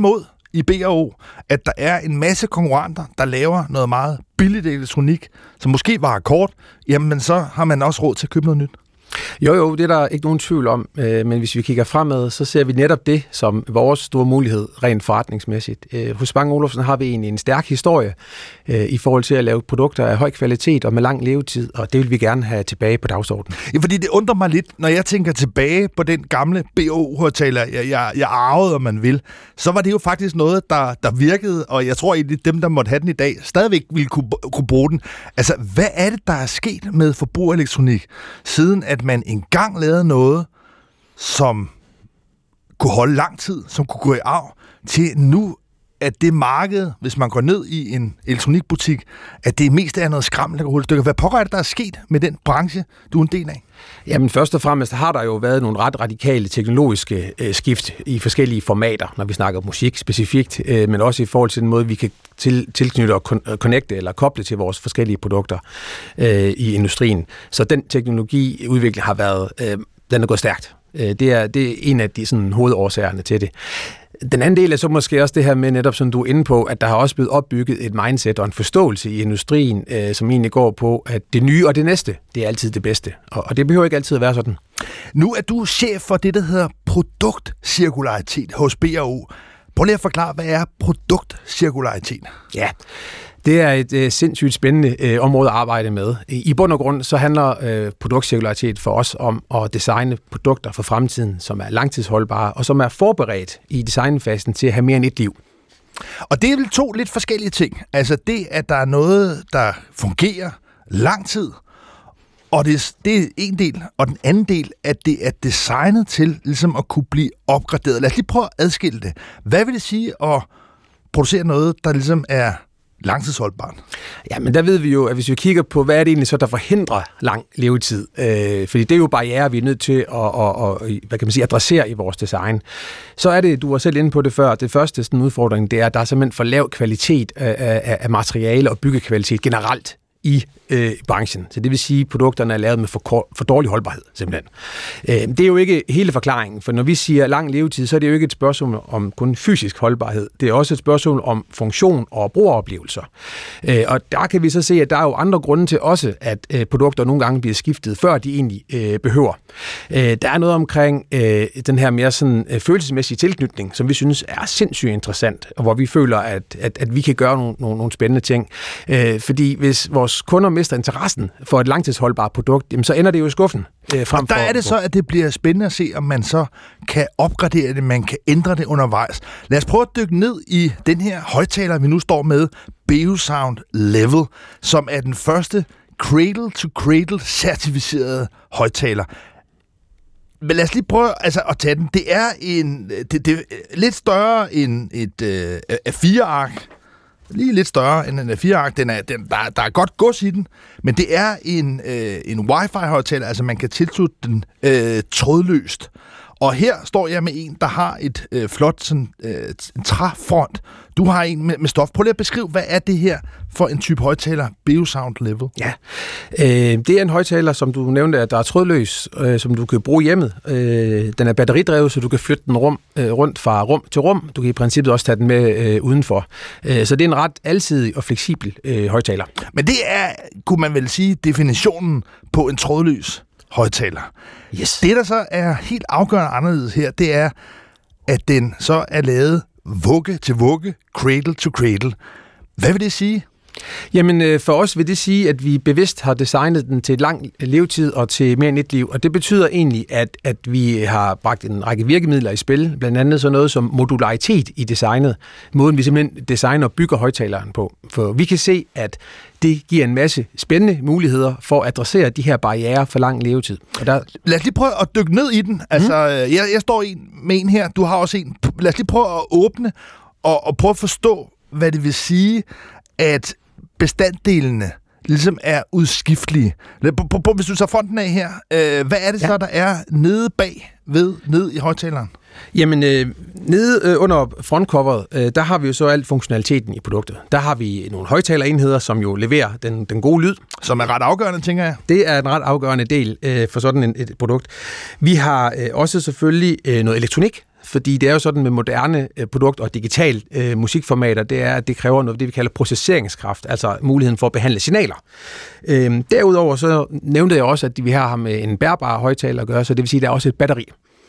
i B og O, at der er en masse konkurrenter, der laver noget meget billigt elektronik, som måske var kort, jamen så har man også råd til at købe noget nyt. Jo, jo, det er der ikke nogen tvivl om, men hvis vi kigger fremad, så ser vi netop det som vores store mulighed rent forretningsmæssigt. Hos Bang Olufsen har vi egentlig en stærk historie i forhold til at lave produkter af høj kvalitet og med lang levetid, og det vil vi gerne have tilbage på dagsordenen. Ja, fordi det undrer mig lidt, når jeg tænker tilbage på den gamle B og O-højtaler, jeg, jeg, jeg arvede, om man vil, så var det jo faktisk noget, der, der virkede, og jeg tror egentlig, dem, der måtte have den i dag, stadigvæk ville kunne, kunne bruge den. Altså, hvad er det, der er sket med forbrugerelektronik, siden at man engang lavede noget, som kunne holde lang tid, som kunne gå i arv, til nu, at det marked, hvis man går ned i en elektronikbutik, at det mest er noget skræmmende, der kan holde stykker. Hvad pokker er det, der er sket med den branche, du er en del af? Jamen først og fremmest har der jo været nogle ret radikale teknologiske øh, skift i forskellige formater, når vi snakker musik specifikt, øh, men også i forhold til den måde, vi kan til, tilknytte og kon- connecte eller koble til vores forskellige produkter øh, i industrien. Så den teknologiudvikling har været, øh, den er gået stærkt. Øh, det, er, det er en af de sådan, hovedårsagerne til det. Den anden del er så måske også det her med, netop som du er inde på, at der har også blevet opbygget et mindset og en forståelse i industrien, øh, som egentlig går på, at det nye og det næste, det er altid det bedste. Og, og det behøver ikke altid at være sådan. Nu er du chef for det, der hedder produktcirkularitet hos B og O. Prøv lige at forklare, hvad er produktcirkularitet? Ja, det er et øh, sindssygt spændende øh, område at arbejde med. I bund og grund så handler øh, produktcirkularitet for os om at designe produkter for fremtiden, som er langtidsholdbare og som er forberedt i designfasen til at have mere end et liv. Og det er vel to lidt forskellige ting. Altså det, at der er noget, der fungerer lang tid, og det, det er en del, og den anden del, at det er designet til ligesom at kunne blive opgraderet. Lad os lige prøve at adskille det. Hvad vil det sige at producere noget, der ligesom er langtidsholdbart? Ja, men der ved vi jo, at hvis vi kigger på, hvad er det egentlig så, der forhindrer lang levetid? Øh, fordi det er jo barrierer, vi er nødt til at, at, at hvad kan man sige, adressere i vores design. Så er det, du var selv inde på det før, det første sådan udfordring, det er, at der er simpelthen for lav kvalitet af, af, af materiale og byggekvalitet generelt i øh, branchen. Så det vil sige, at produkterne er lavet med for, for dårlig holdbarhed, simpelthen. Øh, det er jo ikke hele forklaringen, for når vi siger lang levetid, så er det jo ikke et spørgsmål om kun fysisk holdbarhed. Det er også et spørgsmål om funktion og brugeroplevelser. Øh, og der kan vi så se, at der er jo andre grunde til også, at øh, produkter nogle gange bliver skiftet, før de egentlig øh, behøver. Øh, der er noget omkring øh, den her mere sådan, øh, følelsesmæssige tilknytning, som vi synes er sindssygt interessant, og hvor vi føler, at, at, at vi kan gøre nogle, nogle, nogle spændende ting. Øh, fordi hvis vores kunder mister interessen for et langtidsholdbart produkt, jamen så ender det jo i skuffen. Øh, frem og der for, er det så, at det bliver spændende at se, om man så kan opgradere det, man kan ændre det undervejs. Lad os prøve at dykke ned i den her højtaler, vi nu står med, Beosound Level, som er den første cradle-to-cradle certificerede højtaler. Men lad os lige prøve altså, at tage den. Det er en det, det er lidt større end et øh, A fire ark. Lige lidt større end en A fire ark. Den er, den, der, der er godt gods i den, men det er en, øh, en wifi-højtaler, altså man kan tilslutte den øh, trådløst. Og her står jeg med en, der har et øh, flot sådan, øh, en træfront. Du har en med, med stof. Prøv lige at beskrive, hvad er det her for en type højtaler, Beosound Level? Ja, øh, det er en højtaler, som du nævnte, der er trådløs, øh, som du kan bruge hjemmet. Øh, den er batteridrevet, så du kan flytte den rum, øh, rundt fra rum til rum. Du kan i princippet også tage den med øh, udenfor. Øh, så det er en ret alsidig og fleksibel øh, højtaler. Men det er, kunne man vel sige, definitionen på en trådløs højtaler. Yes. Det, der så er helt afgørende anderledes her, det er, at den så er lavet vugge til vugge, cradle to cradle. Hvad vil det sige? Jamen for os vil det sige, at vi bevidst har designet den til et lang levetid og til mere end et liv, og det betyder egentlig, at, at vi har bragt en række virkemidler i spil, blandt andet sådan noget som modularitet i designet, måden vi simpelthen designer og bygger højtaleren på. For vi kan se, at det giver en masse spændende muligheder for at adressere de her barrierer for lang levetid. Og der... Lad os lige prøve at dykke ned i den. Altså, mm. jeg, jeg står en med en her, du har også en. Lad os lige prøve at åbne og, og prøve at forstå, hvad det vil sige, at bestanddelene ligesom er udskiftelige. Hvis du tager fronten af her, øh, hvad er det ja. så, der er nede bag ved, nede i højtaleren? Jamen, øh, nede øh, under frontcoveret, øh, der har vi jo så alt funktionaliteten i produktet. Der har vi nogle højtalerenheder, som jo leverer den, den gode lyd. Som er ret afgørende, tænker jeg. Det er en ret afgørende del øh, for sådan en, et produkt. Vi har øh, også selvfølgelig øh, noget elektronik, fordi det er jo sådan med moderne øh, produkt- og digital øh, musikformater, det er, at det kræver noget, det vi kalder processeringskraft, altså muligheden for at behandle signaler. Øh, derudover så nævnte jeg også, at vi har med en bærbar højttaler at gøre, så det vil sige, at der er også et batteri.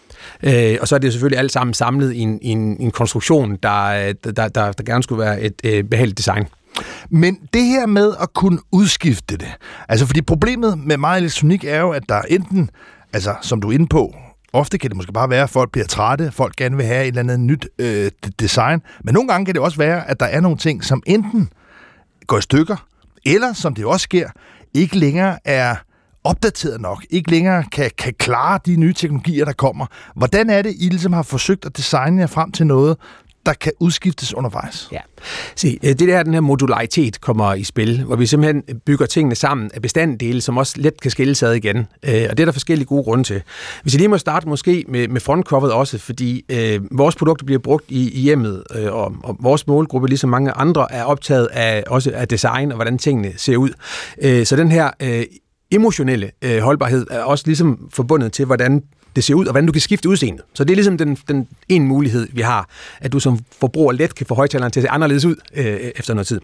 Øh, og så er det selvfølgelig alt sammen samlet i en, i en, en konstruktion, der, der, der, der, der gerne skulle være et øh, behageligt design. Men det her med at kunne udskifte det, altså fordi problemet med meget elektronik er jo, at der enten, altså som du er inde på, ofte kan det måske bare være, at folk bliver trætte, folk gerne vil have et eller andet nyt øh, design, men nogle gange kan det også være, at der er nogle ting, som enten går i stykker, eller som det også sker, ikke længere er opdateret nok, ikke længere kan, kan klare de nye teknologier, der kommer. Hvordan er det, I ligesom har forsøgt at designe jer frem til noget, der kan udskiftes undervejs? Ja. Se, det der, den her modularitet kommer i spil, hvor vi simpelthen bygger tingene sammen af bestanddele, som også let kan skilles ad igen. Og det er der forskellige gode grunde til. Hvis jeg lige må starte måske med, med frontcoveret også, fordi øh, vores produkter bliver brugt i, i hjemmet, øh, og, og vores målgruppe, ligesom mange andre, er optaget af, også af design og hvordan tingene ser ud. Øh, så den her øh, emotionelle øh, holdbarhed er også ligesom forbundet til, hvordan det ser ud, og hvordan du kan skifte udseende. Så det er ligesom den, den ene mulighed, vi har, at du som forbruger let kan få højtaleren til at se anderledes ud øh, efter noget tid.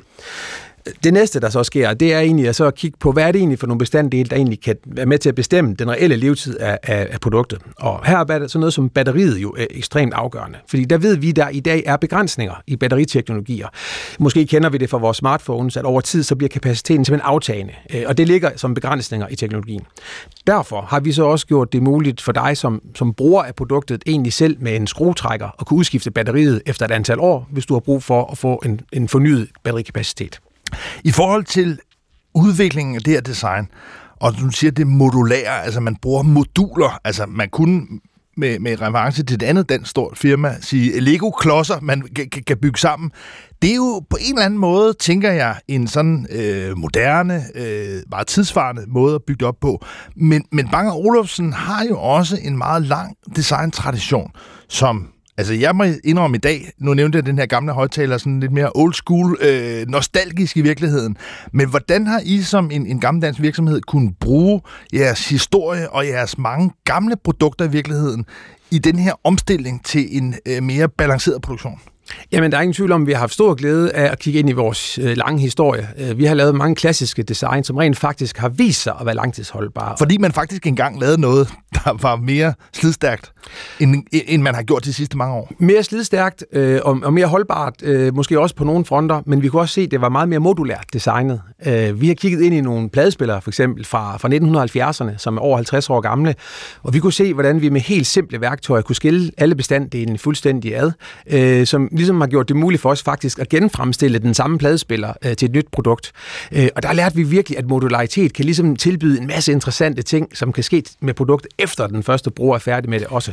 Det næste, der så sker, det er egentlig at så kigge på, hvad er det egentlig for nogle bestanddele, der egentlig kan være med til at bestemme den reelle levetid af, af, af produktet. Og her er det sådan noget som batteriet jo ekstremt afgørende, fordi der ved vi, der i dag er begrænsninger i batteriteknologier. Måske kender vi det fra vores smartphones, at over tid så bliver kapaciteten simpelthen aftagende, og det ligger som begrænsninger i teknologien. Derfor har vi så også gjort det muligt for dig som, som bruger af produktet egentlig selv med en skruetrækker at kunne udskifte batteriet efter et antal år, hvis du har brug for at få en, en fornyet batterikapacitet. I forhold til udviklingen af det her design, og du siger, det er modulære, altså man bruger moduler, altså man kunne med, med reference til et andet dansk stort firma sige Lego-klodser, man kan, kan bygge sammen. Det er jo på en eller anden måde, tænker jeg, en sådan øh, moderne, øh, meget tidsvarende måde at bygge det op på. Men, men Bang og Olufsen har jo også en meget lang designtradition, som... Altså, jeg må indrømme i dag, nu nævnte jeg den her gamle højttaler, sådan lidt mere old school, øh, nostalgisk i virkeligheden. Men hvordan har I som en, en gammeldansk virksomhed kunnet bruge jeres historie og jeres mange gamle produkter i virkeligheden i den her omstilling til en øh, mere balanceret produktion? Jamen, der er ingen tvivl om, at vi har haft stor glæde af at kigge ind i vores øh, lange historie. Vi har lavet mange klassiske design, som rent faktisk har vist sig at være langtidsholdbare. Fordi man faktisk engang lavede noget, der var mere slidstærkt, end, end man har gjort de sidste mange år. Mere slidstærkt øh, og, og mere holdbart, øh, måske også på nogle fronter, men vi kunne også se, at det var meget mere modulært designet. Øh, vi har kigget ind i nogle pladespillere, for eksempel fra, fra nitten halvfjerdserne, som er over halvtreds år gamle, og vi kunne se, hvordan vi med helt simple værktøjer kunne skille alle bestanddelene fuldstændig ad, øh, som ligesom har gjort det muligt for os faktisk at genfremstille den samme pladespiller øh, til et nyt produkt. Øh, og der lærte vi virkelig, at modularitet kan ligesom tilbyde en masse interessante ting, som kan ske med produktet efter den første bruger er færdig med det også.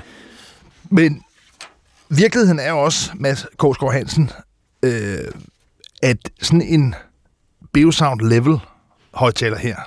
Men virkeligheden er jo også, Mads Kogsgaard Hansen, øh, at sådan en Beosound Level højttaler her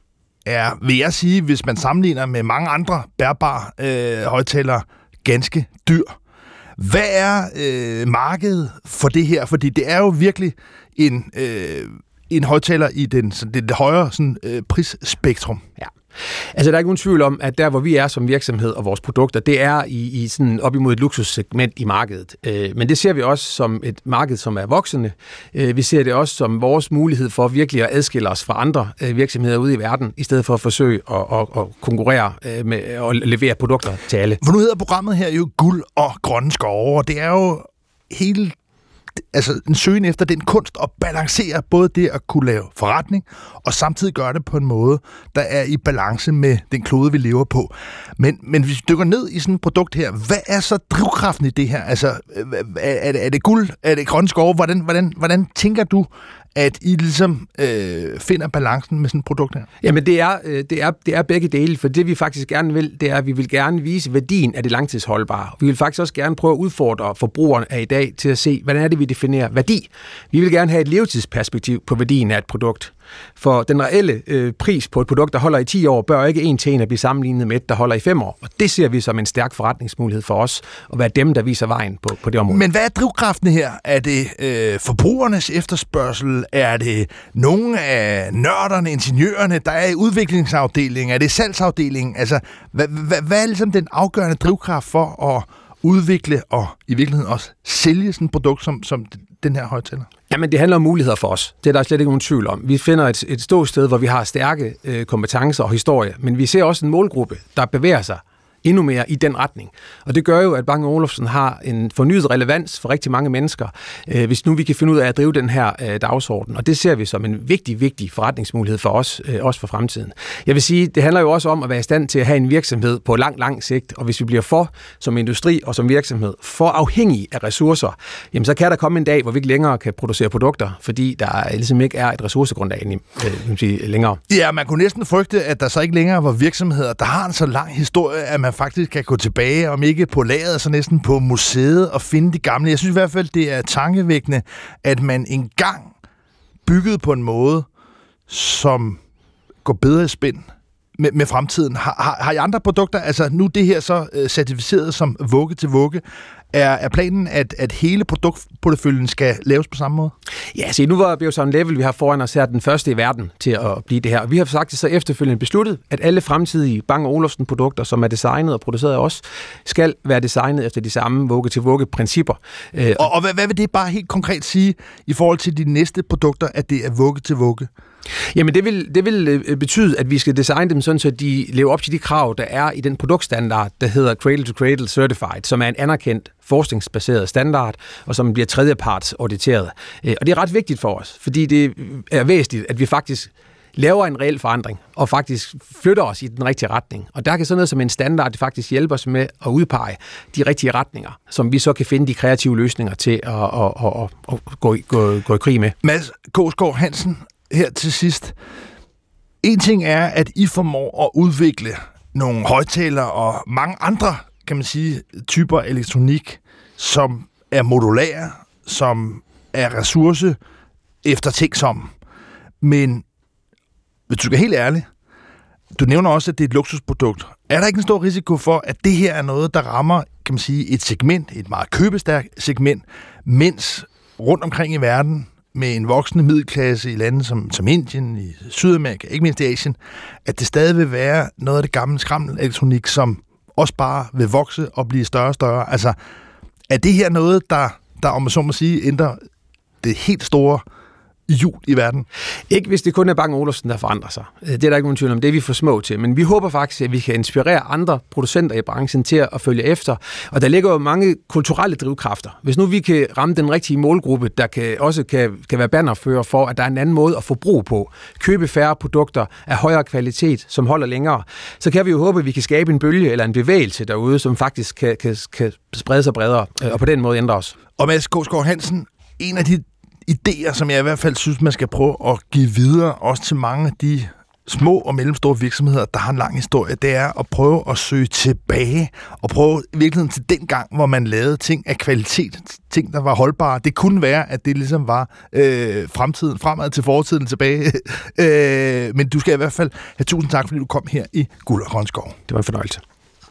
er, vil jeg sige, hvis man sammenligner med mange andre bærbare øh, højttalere, ganske dyr. Hvad er øh, markedet for det her? Fordi det er jo virkelig en, øh, en højttaler i den, sådan, det, det højere sådan, øh, prisspektrum. Ja. Altså, der er ikke nogen tvivl om, at der, hvor vi er som virksomhed og vores produkter, det er i, i sådan op imod et luksussegment i markedet. Øh, men det ser vi også som et marked, som er voksende. Øh, vi ser det også som vores mulighed for virkelig at adskille os fra andre øh, virksomheder ude i verden, i stedet for at forsøge at, at, at konkurrere øh, med at levere produkter til alle. For nu hedder programmet her jo Guld og Grønne Skove, og det er jo hele altså en søgen efter den kunst at balancere både det at kunne lave forretning og samtidig gøre det på en måde, der er i balance med den klode, vi lever på. Men, men hvis vi dykker ned i sådan et produkt her, hvad er så drivkraften i det her? Altså, er det, er det guld? Er det grønne skove? Hvordan, hvordan, hvordan tænker du, at I ligesom øh, finder balancen med sådan et produkt her? Jamen, det er, det, er, det er begge dele, for det vi faktisk gerne vil, det er, at vi vil gerne vise værdien af det langtidsholdbare. Vi vil faktisk også gerne prøve at udfordre forbrugerne af i dag til at se, hvordan er det, vi definerer værdi. Vi vil gerne have et levetidsperspektiv på værdien af et produkt. For den reelle øh, pris på et produkt, der holder i ti år, bør ikke en til en at blive sammenlignet med et, der holder i fem år. Og det ser vi som en stærk forretningsmulighed for os, at være dem, der viser vejen på, på det område. Men hvad er drivkraften her? Er det øh, forbrugernes efterspørgsel? Er det nogle af nørderne, ingeniørerne, der er i udviklingsafdelingen? Er det salgsafdelingen? Altså, hvad, hvad, hvad er ligesom den afgørende drivkraft for at udvikle og i virkeligheden også sælge sådan et produkt som, som den her højttaler? Jamen, det handler om muligheder for os. Det er der slet ikke nogen tvivl om. Vi finder et, et ståsted, hvor vi har stærke øh, kompetencer og historie, men vi ser også en målgruppe, der bevæger sig endnu mere i den retning. Og det gør jo, at Bang og Olufsen har en fornyet relevans for rigtig mange mennesker, øh, hvis nu vi kan finde ud af at drive den her øh, dagsorden. Og det ser vi som en vigtig, vigtig forretningsmulighed for os, øh, også for fremtiden. Jeg vil sige, det handler jo også om at være i stand til at have en virksomhed på lang, lang sigt, og hvis vi bliver for, som industri og som virksomhed, for afhængige af ressourcer, jamen så kan der komme en dag, hvor vi ikke længere kan producere produkter, fordi der ligesom ikke er et ressourcegrundlag øh, sige, længere. Ja, man kunne næsten frygte, at der så ikke længere var virksomheder, der har en så lang historie, at man faktisk kan gå tilbage, om ikke på lageret, så næsten på museet og finde de gamle. Jeg synes i hvert fald, det er tankevækkende, at man engang byggede på en måde, som går bedre i spænd med, med fremtiden. Har, har, har I andre produkter, altså nu det her så uh, certificeret som vugge til vugge, er, er planen, at, at hele produktporteføljen skal laves på samme måde? Ja, se, nu var Biosound Level, vi har foran os her, den første i verden til at blive det her. Vi har faktisk så efterfølgende besluttet, at alle fremtidige Bang og Olufsen produkter, som er designet og produceret af os, skal være designet efter de samme vugge til vugge principper. Og, og hvad, hvad vil det bare helt konkret sige i forhold til de næste produkter, at det er vugge til vugge? Jamen det vil, det vil betyde, at vi skal designe dem sådan, så de lever op til de krav, der er i den produktstandard, der hedder Cradle to Cradle Certified, som er en anerkendt forskningsbaseret standard, og som bliver tredjeparts auditeret. Og det er ret vigtigt for os, fordi det er væsentligt, at vi faktisk laver en reel forandring, og faktisk flytter os i den rigtige retning. Og der kan sådan noget som en standard faktisk hjælpe os med at udpege de rigtige retninger, som vi så kan finde de kreative løsninger til at, at, at, at, at gå, gå, gå i krig med. Mads Kogsgaard Hansen, her til sidst. En ting er, at I formår at udvikle nogle højttalere og mange andre, kan man sige, typer elektronik, som er modulære, som er ressource eftertænksomme. Men hvis du skal være helt ærlig, du nævner også, at det er et luksusprodukt. Er der ikke en stor risiko for, at det her er noget, der rammer, kan man sige, et segment, et meget købestærkt segment, mens rundt omkring i verden, med en voksende middelklasse i lande som, som Indien, i Sydamerika, ikke mindst i Asien, at det stadig vil være noget af det gamle skrammelelektronik, som også bare vil vokse og blive større og større. Altså, er det her noget, der, der om man så må sige, ændrer det helt store hjul i verden? Ikke hvis det kun er Bang og Olufsen, der forandrer sig. Det er der ikke nogen tvivl om. Det er vi for små til. Men vi håber faktisk, at vi kan inspirere andre producenter i branchen til at følge efter. Og der ligger jo mange kulturelle drivkræfter. Hvis nu vi kan ramme den rigtige målgruppe, der kan, også kan, kan være bannerfører for, at der er en anden måde at forbruge på, købe færre produkter af højere kvalitet, som holder længere, så kan vi jo håbe, at vi kan skabe en bølge eller en bevægelse derude, som faktisk kan, kan, kan sprede sig bredere, og på den måde ændre os. Og Mads Kogsgaard Hansen, en af de idéer, som jeg i hvert fald synes, man skal prøve at give videre, også til mange af de små og mellemstore virksomheder, der har en lang historie, det er at prøve at søge tilbage, og prøve i virkeligheden til den gang, hvor man lavede ting af kvalitet, ting, der var holdbare. Det kunne være, at det ligesom var øh, fremtiden, fremad til fortiden tilbage. øh, men du skal i hvert fald have tusind tak, fordi du kom her i Guld og Grøn Skov. Det var en fornøjelse.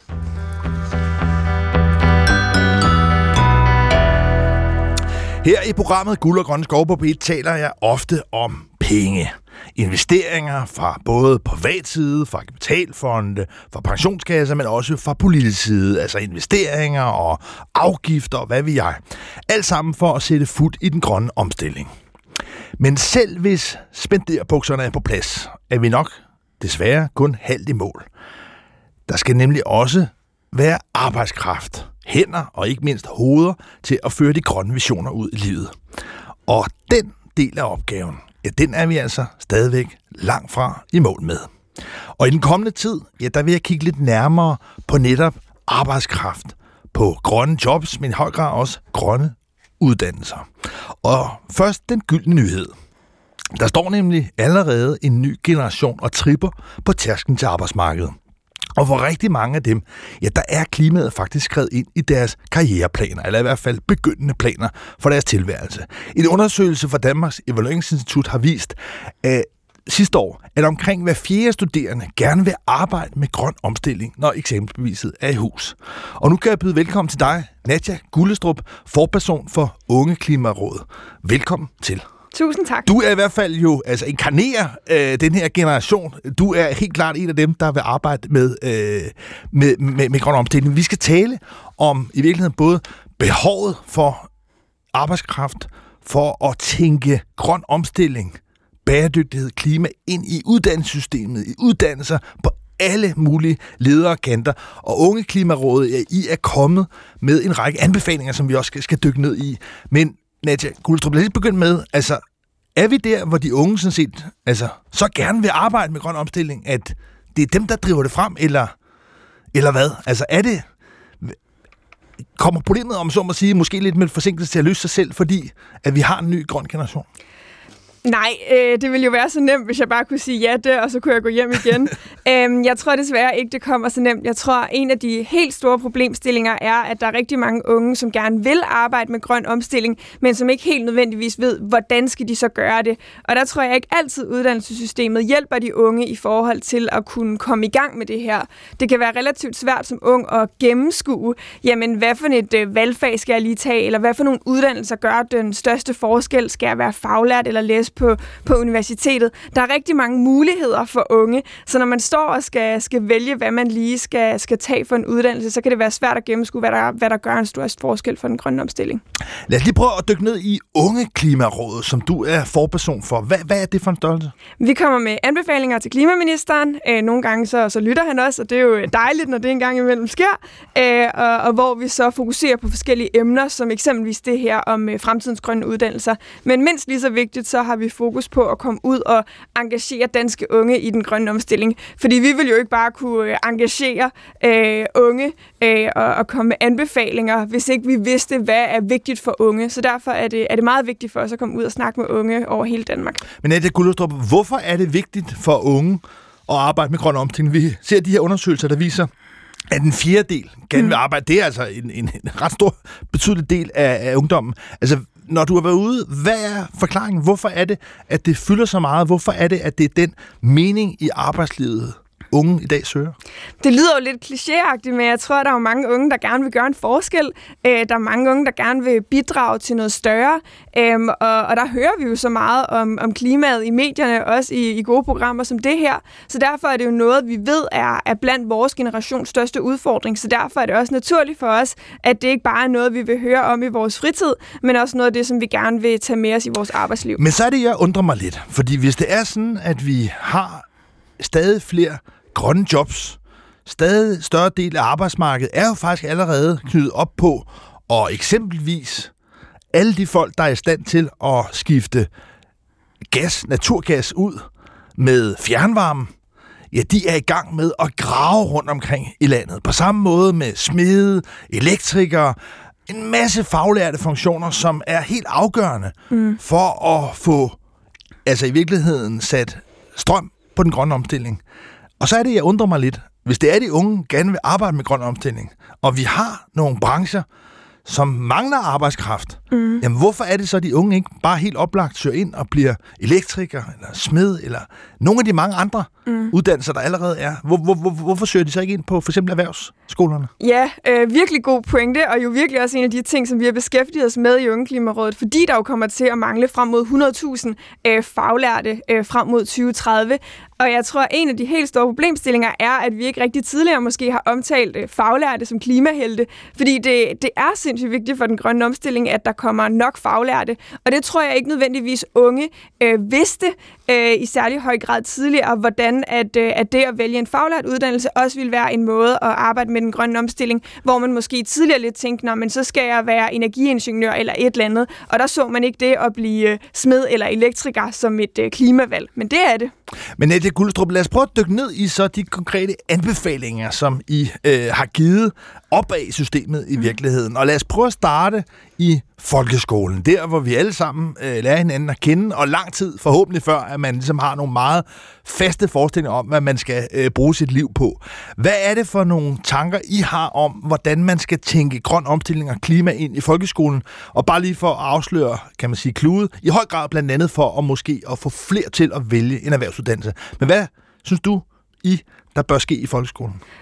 Her i programmet Guld og Grønne Skov på P et taler jeg ofte om penge. Investeringer fra både privat side, fra kapitalfonde, fra pensionskasser, men også fra politisk side. Altså investeringer og afgifter og hvad ved jeg. Alt sammen for at sætte fut i den grønne omstilling. Men selv hvis spenderbukserne er på plads, er vi nok desværre kun halvt i mål. Der skal nemlig også være arbejdskraft, hænder og ikke mindst hoveder til at føre de grønne visioner ud i livet. Og den del af opgaven, ja, den er vi altså stadigvæk langt fra i mål med. Og i den kommende tid, ja, der vil jeg kigge lidt nærmere på netop arbejdskraft, på grønne jobs, men i høj grad også grønne uddannelser. Og først den gyldne nyhed. Der står nemlig allerede en ny generation og tripper på tærsklen til arbejdsmarkedet. Og for rigtig mange af dem, ja, der er klimaet faktisk skrevet ind i deres karriereplaner, eller i hvert fald begyndende planer for deres tilværelse. En undersøgelse fra Danmarks Evalueringsinstitut har vist, at sidste år, at omkring hver fjerde studerende gerne vil arbejde med grøn omstilling, når eksamensbeviset er i hus. Og nu kan jeg byde velkommen til dig, Nadja Gullestrup, forperson for Unge Klimaråd. Velkommen til. Tusind tak. Du er i hvert fald jo, altså inkarnerer øh, den her generation. Du er helt klart en af dem, der vil arbejde med, øh, med, med, med grøn omstilling. Vi skal tale om i virkeligheden både behovet for arbejdskraft, for at tænke grøn omstilling, bæredygtighed, klima ind i uddannelsessystemet, i uddannelser på alle mulige ledere og kanter. Og Unge Klimarådet, I er kommet med en række anbefalinger, som vi også skal, skal dykke ned i. Men Nadja Gullestrup, lad os begynde med, altså, er vi der, hvor de unge sådan set, altså, så gerne vil arbejde med grøn omstilling, at det er dem, der driver det frem, eller, eller hvad? Altså, er det, kommer problemet, om så må sige, måske lidt med forsinkelse til at løse sig selv, fordi at vi har en ny grøn generation? Nej, øh, det ville jo være så nemt, hvis jeg bare kunne sige ja det, og så kunne jeg gå hjem igen. øhm, jeg tror desværre ikke, det kommer så nemt. Jeg tror, en af de helt store problemstillinger er, at der er rigtig mange unge, som gerne vil arbejde med grøn omstilling, men som ikke helt nødvendigvis ved, hvordan skal de så gøre det. Og der tror jeg ikke altid, uddannelsessystemet hjælper de unge i forhold til at kunne komme i gang med det her. Det kan være relativt svært som ung at gennemskue, jamen hvad for et øh, valgfag skal jeg lige tage, eller hvad for nogle uddannelser gør den største forskel? Skal jeg være faglært eller læse På, på universitetet. Der er rigtig mange muligheder for unge, så når man står og skal, skal vælge, hvad man lige skal, skal tage for en uddannelse, så kan det være svært at gennemskue, hvad der, hvad der gør en stor forskel for den grønne omstilling. Lad os lige prøve at dykke ned i Unge Klimarådet, som du er forperson for. Hvad, hvad er det for en størrelse? Vi kommer med anbefalinger til klimaministeren. Øh, nogle gange så, så lytter han også, og det er jo dejligt, når det engang imellem sker. Øh, og, og hvor vi så fokuserer på forskellige emner, som eksempelvis det her om øh, fremtidens grønne uddannelser. Men mindst lige så vigtigt, så har vi fokus på at komme ud og engagere danske unge i den grønne omstilling. Fordi vi vil jo ikke bare kunne engagere øh, unge øh, og, og komme med anbefalinger, hvis ikke vi vidste, hvad er vigtigt for unge. Så derfor er det, er det meget vigtigt for os at komme ud og snakke med unge over hele Danmark. Men Nadja Gullestrup, hvorfor er det vigtigt for unge at arbejde med grøn omstilling? Vi ser de her undersøgelser, der viser, at en fjerdedel gerne vil arbejde. Det er altså en, en, en ret stor, betydelig del af, af ungdommen. Altså, når du har været ude, hvad er forklaringen? Hvorfor er det, at det fylder så meget? Hvorfor er det, at det er den mening i arbejdslivet, unge i dag søger? Det lyder jo lidt klichéagtigt, men jeg tror, at der er mange unge, der gerne vil gøre en forskel. Der er mange unge, der gerne vil bidrage til noget større. Og der hører vi jo så meget om, om klimaet i medierne, også i, i gode programmer som det her. Så derfor er det jo noget, vi ved er, er blandt vores generations største udfordring. Så derfor er det også naturligt for os, at det ikke bare er noget, vi vil høre om i vores fritid, men også noget af det, som vi gerne vil tage med os i vores arbejdsliv. Men så er det, jeg undrer mig lidt. Fordi hvis det er sådan, at vi har stadig flere grønne jobs, stadig større del af arbejdsmarkedet er jo faktisk allerede knyttet op på, og eksempelvis alle de folk, der er i stand til at skifte gas, naturgas ud med fjernvarme, ja, de er i gang med at grave rundt omkring i landet. På samme måde med smede, elektrikere, en masse faglærte funktioner, som er helt afgørende mm. for at få, altså i virkeligheden, sat strøm på den grønne omstilling. Og så er det, jeg undrer mig lidt, hvis det er, de unge gerne vil arbejde med grøn omstilling, og vi har nogle brancher, som mangler arbejdskraft, mm. jamen hvorfor er det så, at de unge ikke bare helt oplagt søger ind og bliver elektriker, eller smed, eller nogle af de mange andre mm. uddannelser, der allerede er? Hvor, hvor, hvor, hvorfor søger de så ikke ind på for eksempel erhvervsskolerne? Ja, øh, virkelig god pointe, og jo virkelig også en af de ting, som vi har beskæftiget os med i Unge Klimarådet, fordi der jo kommer til at mangle frem mod hundrede tusind øh, faglærte øh, frem mod tyve tredive. Og jeg tror, at en af de helt store problemstillinger er, at vi ikke rigtig tidligere måske har omtalt øh, faglærte som klimahelte, fordi det, det er sindssygt vigtigt for den grønne omstilling, at der kommer nok faglærte. Og det tror jeg ikke nødvendigvis unge øh, vidste øh, i særlig høj grad tidligere, hvordan at, øh, at det at vælge en faglært uddannelse også ville være en måde at arbejde med den grønne omstilling, hvor man måske tidligere lidt tænkte, nå, men så skal jeg være energiingeniør eller et eller andet. Og der så man ikke det at blive øh, smed eller elektriker som et øh, klimavalg. Men det er det. Men Nadja Gullestrup, lad os prøve at dykke ned i så de konkrete anbefalinger, som I øh, har givet op af systemet i virkeligheden. Og lad os prøve at starte i folkeskolen, der hvor vi alle sammen øh, lærer hinanden at kende, og lang tid forhåbentlig før, at man ligesom har nogle meget faste forestillinger om, hvad man skal øh, bruge sit liv på. Hvad er det for nogle tanker, I har om, hvordan man skal tænke grøn omstilling og klima ind i folkeskolen? Og bare lige for at afsløre, kan man sige, klude, i høj grad blandt andet for at måske at få flere til at vælge en erhvervsuddannelse. Men hvad synes du, I der bør ske i folkeskolen?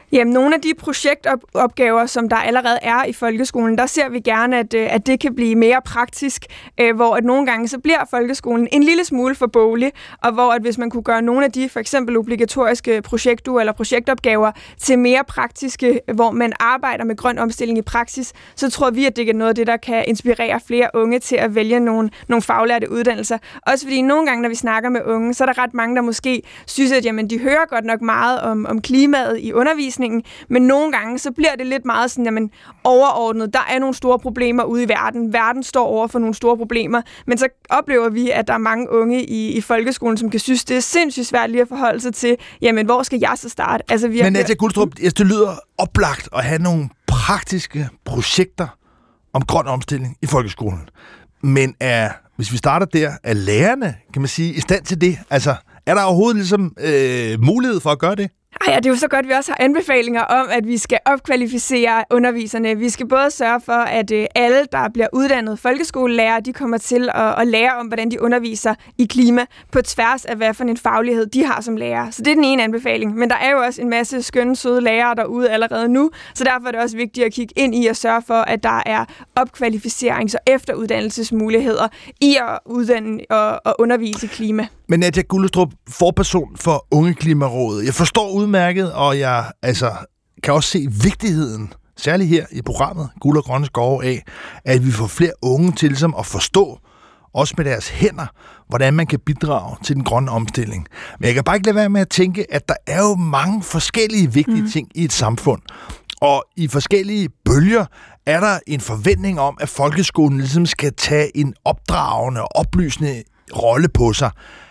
Jamen, nogle af de projektopgaver, som der allerede er i folkeskolen, der ser vi gerne, at, at det kan blive mere praktisk, øh, hvor at nogle gange så bliver folkeskolen en lille smule for boglig, og hvor at hvis man kunne gøre nogle af de for eksempel obligatoriske projektuer eller projektopgaver til mere praktiske, hvor man arbejder med grøn omstilling i praksis, så tror vi, at det er noget af det, der kan inspirere flere unge til at vælge nogle, nogle faglærte uddannelser. Også fordi nogle gange, når vi snakker med unge, så er der ret mange, der måske synes, at jamen, de hører godt nok meget om, om klimaet i undervisningen, men nogle gange, så bliver det lidt meget sådan, jamen, overordnet. Der er nogle store problemer ude i verden. Verden står over for nogle store problemer, men så oplever vi, at der er mange unge i, i folkeskolen, som kan synes, det er sindssygt svært lige at forholde sig til, jamen, hvor skal jeg så starte? Altså, vi men Nadia Gullestrup, det lyder oplagt at have nogle praktiske projekter om grøn omstilling i folkeskolen. Men er, hvis vi starter der, er lærerne, kan man sige, i stand til det? Altså, er der overhovedet ligesom øh, mulighed for at gøre det? Ej, ja, det er jo så godt, at vi også har anbefalinger om, at vi skal opkvalificere underviserne. Vi skal både sørge for, at øh, alle, der bliver uddannet folkeskolelærer, de kommer til at, at lære om, hvordan de underviser i klima på tværs af, hvad for en faglighed de har som lærer. Så det er den ene anbefaling. Men der er jo også en masse skønne, søde lærere derude allerede nu, så derfor er det også vigtigt at kigge ind i at sørge for, at der er opkvalificerings- og efteruddannelsesmuligheder i at uddanne og, og undervise i klima. Men Nadia Gullestrup, forperson for Ungeklimarådet. Jeg forstår udmærket, og jeg altså, kan også se vigtigheden, særligt her i programmet Guld og Grønne Skove, af, at vi får flere unge til ligesom at forstå, også med deres hænder, hvordan man kan bidrage til den grønne omstilling. Men jeg kan bare ikke lade være med at tænke, at der er jo mange forskellige vigtige mm. ting i et samfund. Og i forskellige bølger er der en forventning om, at folkeskolen ligesom skal tage en opdragende og oplysende rolle på sig.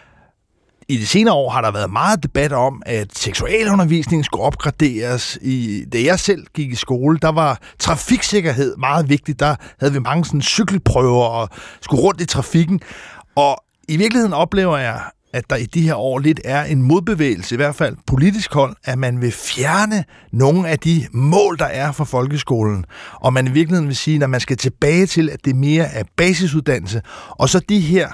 I de senere år har der været meget debat om, at seksualundervisningen skulle opgraderes. I, da jeg selv gik i skole, der var trafiksikkerhed meget vigtigt. Der havde vi mange sådan cykelprøver og skulle rundt i trafikken. Og i virkeligheden oplever jeg, at der i de her år lidt er en modbevægelse, i hvert fald politisk hold, at man vil fjerne nogle af de mål, der er for folkeskolen. Og man i virkeligheden vil sige, at man skal tilbage til, at det mere er basisuddannelse. Og så de her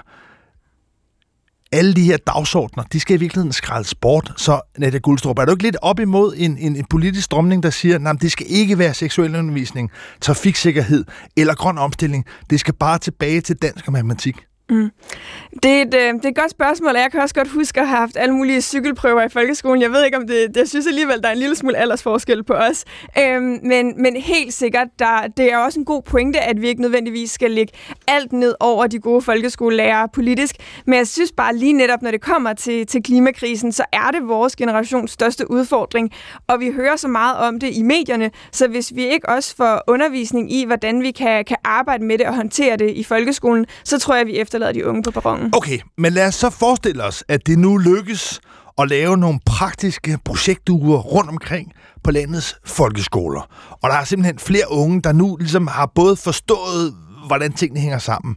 alle de her dagsordner, de skal i virkeligheden skrælles bort. Så, Nadia Gullestrup, er du ikke lidt op imod en, en, en politisk strømning, der siger, at det skal ikke være seksuel undervisning, trafiksikkerhed eller grøn omstilling. Det skal bare tilbage til dansk og matematik? Mm. Det, er et, det er et godt spørgsmål, og jeg kan også godt huske at have haft alle mulige cykelprøver i folkeskolen. Jeg ved ikke, om det... Jeg synes alligevel, der er en lille smule aldersforskel på os. Øhm, men, men helt sikkert, der, det er også en god pointe, at vi ikke nødvendigvis skal lægge alt ned over de gode folkeskolelærere politisk. Men jeg synes bare lige netop, når det kommer til, til klimakrisen, så er det vores generations største udfordring. Og vi hører så meget om det i medierne, så hvis vi ikke også får undervisning i, hvordan vi kan, kan arbejde med det og håndtere det i folkeskolen, så tror jeg, vi efterlader de unge på perronen. Okay, men lad os så forestille os, at det nu lykkes at lave nogle praktiske projektuger rundt omkring på landets folkeskoler. Og der er simpelthen flere unge, der nu ligesom har både forstået, hvordan tingene hænger sammen.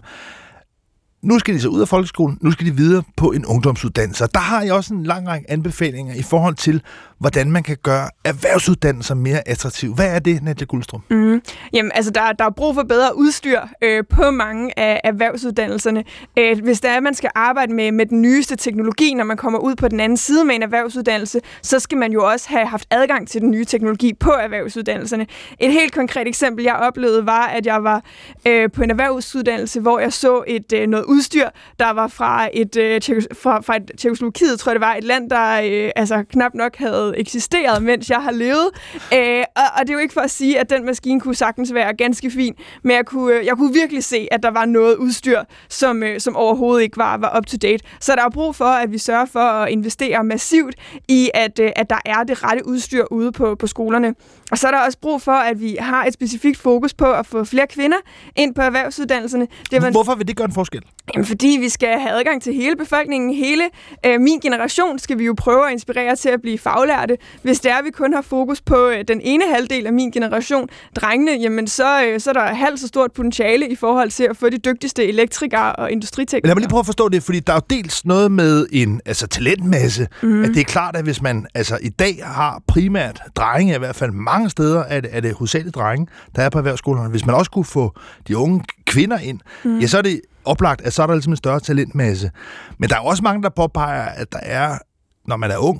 Nu skal de så ud af folkeskolen, nu skal de videre på en ungdomsuddannelse. Der har jeg også en lang række anbefalinger i forhold til, hvordan man kan gøre erhvervsuddannelser mere attraktive. Hvad er det, Nadia Gullestrup? Mm. Jamen, altså, der, der er brug for bedre udstyr øh, på mange af erhvervsuddannelserne. Øh, hvis der er, at man skal arbejde med, med den nyeste teknologi, når man kommer ud på den anden side med en erhvervsuddannelse, så skal man jo også have haft adgang til den nye teknologi på erhvervsuddannelserne. Et helt konkret eksempel, jeg oplevede, var, at jeg var øh, på en erhvervsuddannelse, hvor jeg så et øh, noget udstyr, der var fra et øh, fra, fra et Tjekkoslovakiet, tror jeg det var, et land, der øh, altså knap nok havde eksisteret, mens jeg har levet. Øh, og, og det er jo ikke for at sige, at den maskine kunne sagtens være ganske fin, men jeg kunne, jeg kunne virkelig se, at der var noget udstyr, som, øh, som overhovedet ikke var, var up to date. Så der er brug for, at vi sørger for at investere massivt i, at, øh, at der er det rette udstyr ude på, på skolerne. Og så er der også brug for, at vi har et specifikt fokus på at få flere kvinder ind på erhvervsuddannelserne. Det var... Hvorfor vil det gøre en forskel? Jamen, fordi vi skal have adgang til hele befolkningen. Hele øh, min generation skal vi jo prøve at inspirere til at blive faglærte. Hvis det er, at vi kun har fokus på øh, den ene halvdel af min generation, drengene, jamen så, øh, så er der halvt så stort potentiale i forhold til at få de dygtigste elektrikere og industriteknikere. Lad mig lige prøve at forstå det, fordi der er jo dels noget med en altså, talentmasse. Mm. At det er klart, at hvis man altså, i dag har primært drenge, i hvert fald mange steder, er det, er det hovedsageligt drenge, der er på erhvervsskolerne. Hvis man også kunne få de unge kvinder ind, mm. ja, så er det oplagt, at så er der ligesom en større talentmasse. Men der er også mange, der påpeger, at der er, når man er ung,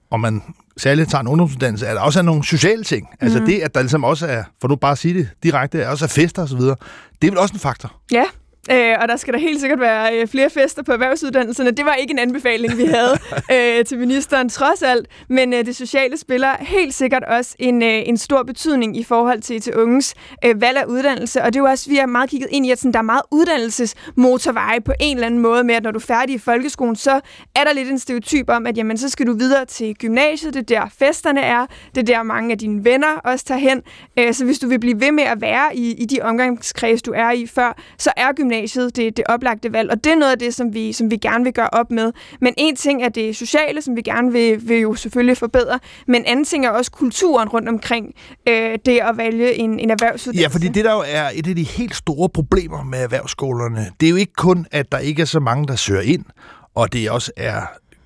og man særligt tager en ungdomsuddannelse, er der også er nogle sociale ting. Altså Mhm. det, at der ligesom også er, for nu bare at sige det direkte, er også er fester og så videre. Det er vel også en faktor. Ja, øh, og der skal der helt sikkert være øh, flere fester på erhvervsuddannelserne. Det var ikke en anbefaling, vi havde øh, til ministeren trods alt, men øh, det sociale spiller helt sikkert også en, øh, en stor betydning i forhold til, til unges øh, valg af uddannelse, og det er jo også, vi har meget kigget ind i, at sådan, der er meget uddannelsesmotorveje på en eller anden måde med, at når du er færdig i folkeskolen, så er der lidt en stereotyp om, at jamen, så skal du videre til gymnasiet, det er der festerne er, det er der mange af dine venner også tager hen, øh, så hvis du vil blive ved med at være i, i de omgangskreds, du er i før, så er gymnasiet det, det oplagte valg, og det er noget af det, som vi, som vi gerne vil gøre op med. Men en ting er det sociale, som vi gerne vil, vil jo selvfølgelig forbedre, men anden ting er også kulturen rundt omkring øh, det at vælge en, en erhvervsuddannelse. Ja, fordi det der jo er et af de helt store problemer med erhvervsskolerne, det er jo ikke kun, at der ikke er så mange, der søger ind, og det også er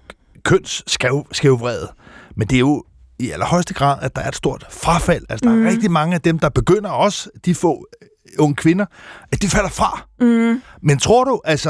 kønsskævvredet, men det er jo i allerhøjeste grad, at der er et stort frafald. Altså, der er Mm. rigtig mange af dem, der begynder også, de få unge kvinder, at de falder fra. Mm. Men tror du altså,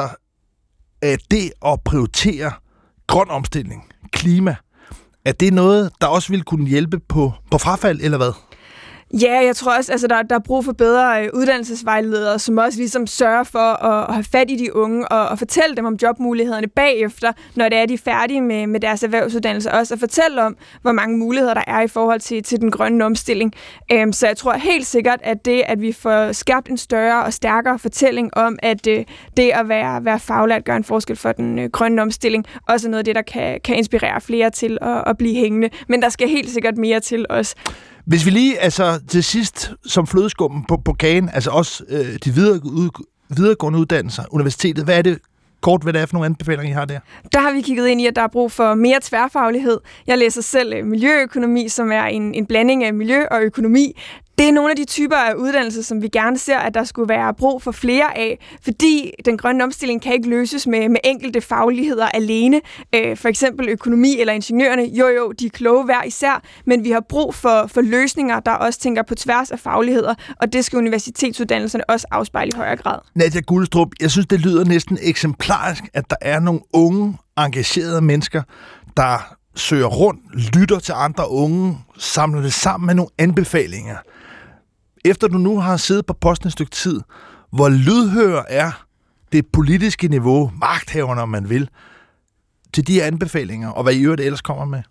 at det at prioritere grøn omstilling, klima, at det er noget, der også vil kunne hjælpe på, på frafald, eller hvad? Ja, jeg tror også, altså der, der er brug for bedre øh, uddannelsesvejledere, som også ligesom sørger for at, at have fat i de unge og, og fortælle dem om jobmulighederne bagefter, når det er, de er færdige med, med deres erhvervsuddannelse. Også at fortælle om, hvor mange muligheder der er i forhold til, til den grønne omstilling. Øhm, så jeg tror helt sikkert, at det, at vi får skabt en større og stærkere fortælling om, at øh, det at være, være faglært gør en forskel for den øh, grønne omstilling, også er noget af det, der kan, kan inspirere flere til at, at blive hængende. Men der skal helt sikkert mere til os. Hvis vi lige, altså til sidst, som flødeskummen på, på kagen, altså også øh, de videre, ud, videregående uddannelser, universitetet, hvad er det kort, hvad det er for nogle anbefalinger, I har der? Der har vi kigget ind i, at der er brug for mere tværfaglighed. Jeg læser selv miljøøkonomi, som er en, en blanding af miljø og økonomi. Det er nogle af de typer af uddannelser, som vi gerne ser, at der skulle være brug for flere af, fordi den grønne omstilling kan ikke løses med, med enkelte fagligheder alene. Øh, for eksempel økonomi eller ingeniørerne, jo jo, de er kloge hver især, men vi har brug for, for løsninger, der også tænker på tværs af fagligheder, og det skal universitetsuddannelserne også afspejle i højere grad. Nadia Gullestrup, jeg synes, det lyder næsten eksemplarisk, at der er nogle unge, engagerede mennesker, der søger rundt, lytter til andre unge, samler det sammen med nogle anbefalinger. Efter du nu har siddet på posten et stykke tid, hvor lydhør er det politiske niveau, magthaverne, om man vil, til de anbefalinger, og hvad I øvrigt ellers kommer med?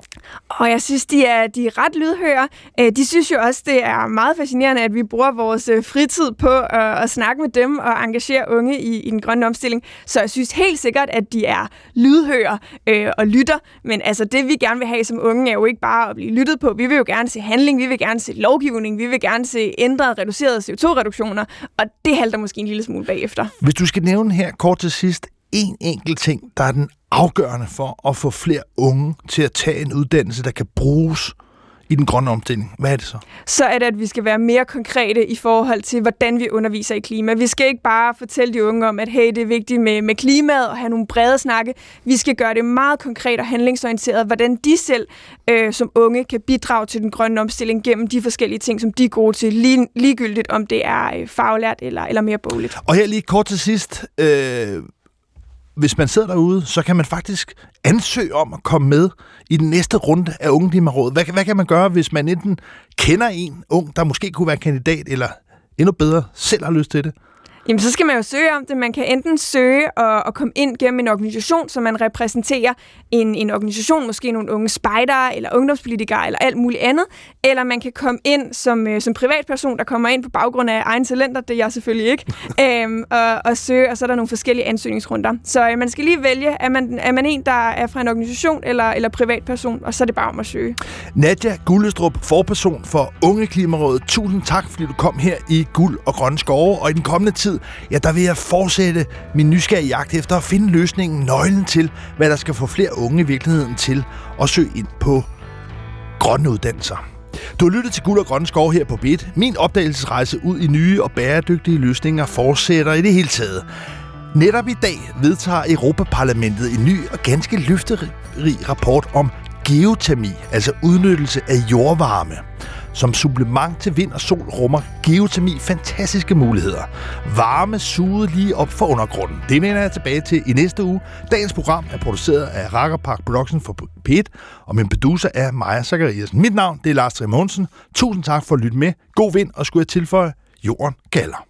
Og jeg synes, de er, de er ret lydhøre. De synes jo også, det er meget fascinerende, at vi bruger vores fritid på at, at snakke med dem og engagere unge i, i den grønne omstilling. Så jeg synes helt sikkert, at de er lydhøre øh, og lytter. Men altså, det vi gerne vil have som unge, er jo ikke bare at blive lyttet på. Vi vil jo gerne se handling, vi vil gerne se lovgivning, vi vil gerne se ændrede, reducerede C O to reduktioner, og det halter måske en lille smule bagefter. Hvis du skal nævne her kort til sidst en enkelt ting, der er den afgørende for at få flere unge til at tage en uddannelse, der kan bruges i den grønne omstilling. Hvad er det så? Så er det, at vi skal være mere konkrete i forhold til, hvordan vi underviser i klima. Vi skal ikke bare fortælle de unge om, at hey, det er vigtigt med, med klimaet og have nogle brede snakke. Vi skal gøre det meget konkret og handlingsorienteret, hvordan de selv øh, som unge kan bidrage til den grønne omstilling gennem de forskellige ting, som de er gode til, lige, ligegyldigt om det er øh, faglært eller, eller mere bogligt. Og her lige kort til sidst. Øh Hvis man sidder derude, så kan man faktisk ansøge om at komme med i den næste runde af Ungeklimarådet. Hvad, hvad kan man gøre, hvis man enten kender en ung, der måske kunne være kandidat, eller endnu bedre, selv har lyst til det? Jamen, så skal man jo søge om det. Man kan enten søge og, og komme ind gennem en organisation, så man repræsenterer en, en organisation, måske nogle unge spejdere eller ungdomspolitikere eller alt muligt andet, eller man kan komme ind som, øh, som privatperson, der kommer ind på baggrund af egne talenter, det er jeg selvfølgelig ikke, øhm, og, og søge, og så er der nogle forskellige ansøgningsrunder. Så øh, man skal lige vælge, er man, er man en, der er fra en organisation eller, eller privatperson, og så er det bare om at søge. Nadia Gullestrup, forperson for Ungeklimarådet. Tusind tak, fordi du kom her i Guld og Grønne Skove, og i den kommende tid, ja, der vil jeg fortsætte min nysgerrige jagt efter at finde løsningen, nøglen til, hvad der skal få flere unge i virkeligheden til at søge ind på grønne uddannelser. Du har lyttet til Guld og Grønne Skove her på B et. Min opdagelsesrejse ud i nye og bæredygtige løsninger fortsætter i det hele taget. Netop i dag vedtager Europaparlamentet en ny og ganske løfterig rapport om geotermi, altså udnyttelse af jordvarme. Som supplement til vind og sol rummer geotermi fantastiske muligheder. Varme suget lige op for undergrunden. Det vender jeg tilbage til i næste uge. Dagens program er produceret af Rakkerpark Production for P et, og min producer er Maja Zachariasen. Mit navn det er Lars Trier Mogensen. Tusind tak for at lytte med. God vind, og skulle jeg tilføje, jorden kalder.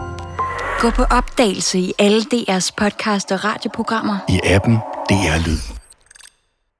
Gå på opdagelse i alle D R's podcast og radioprogrammer. I appen D R Lyd.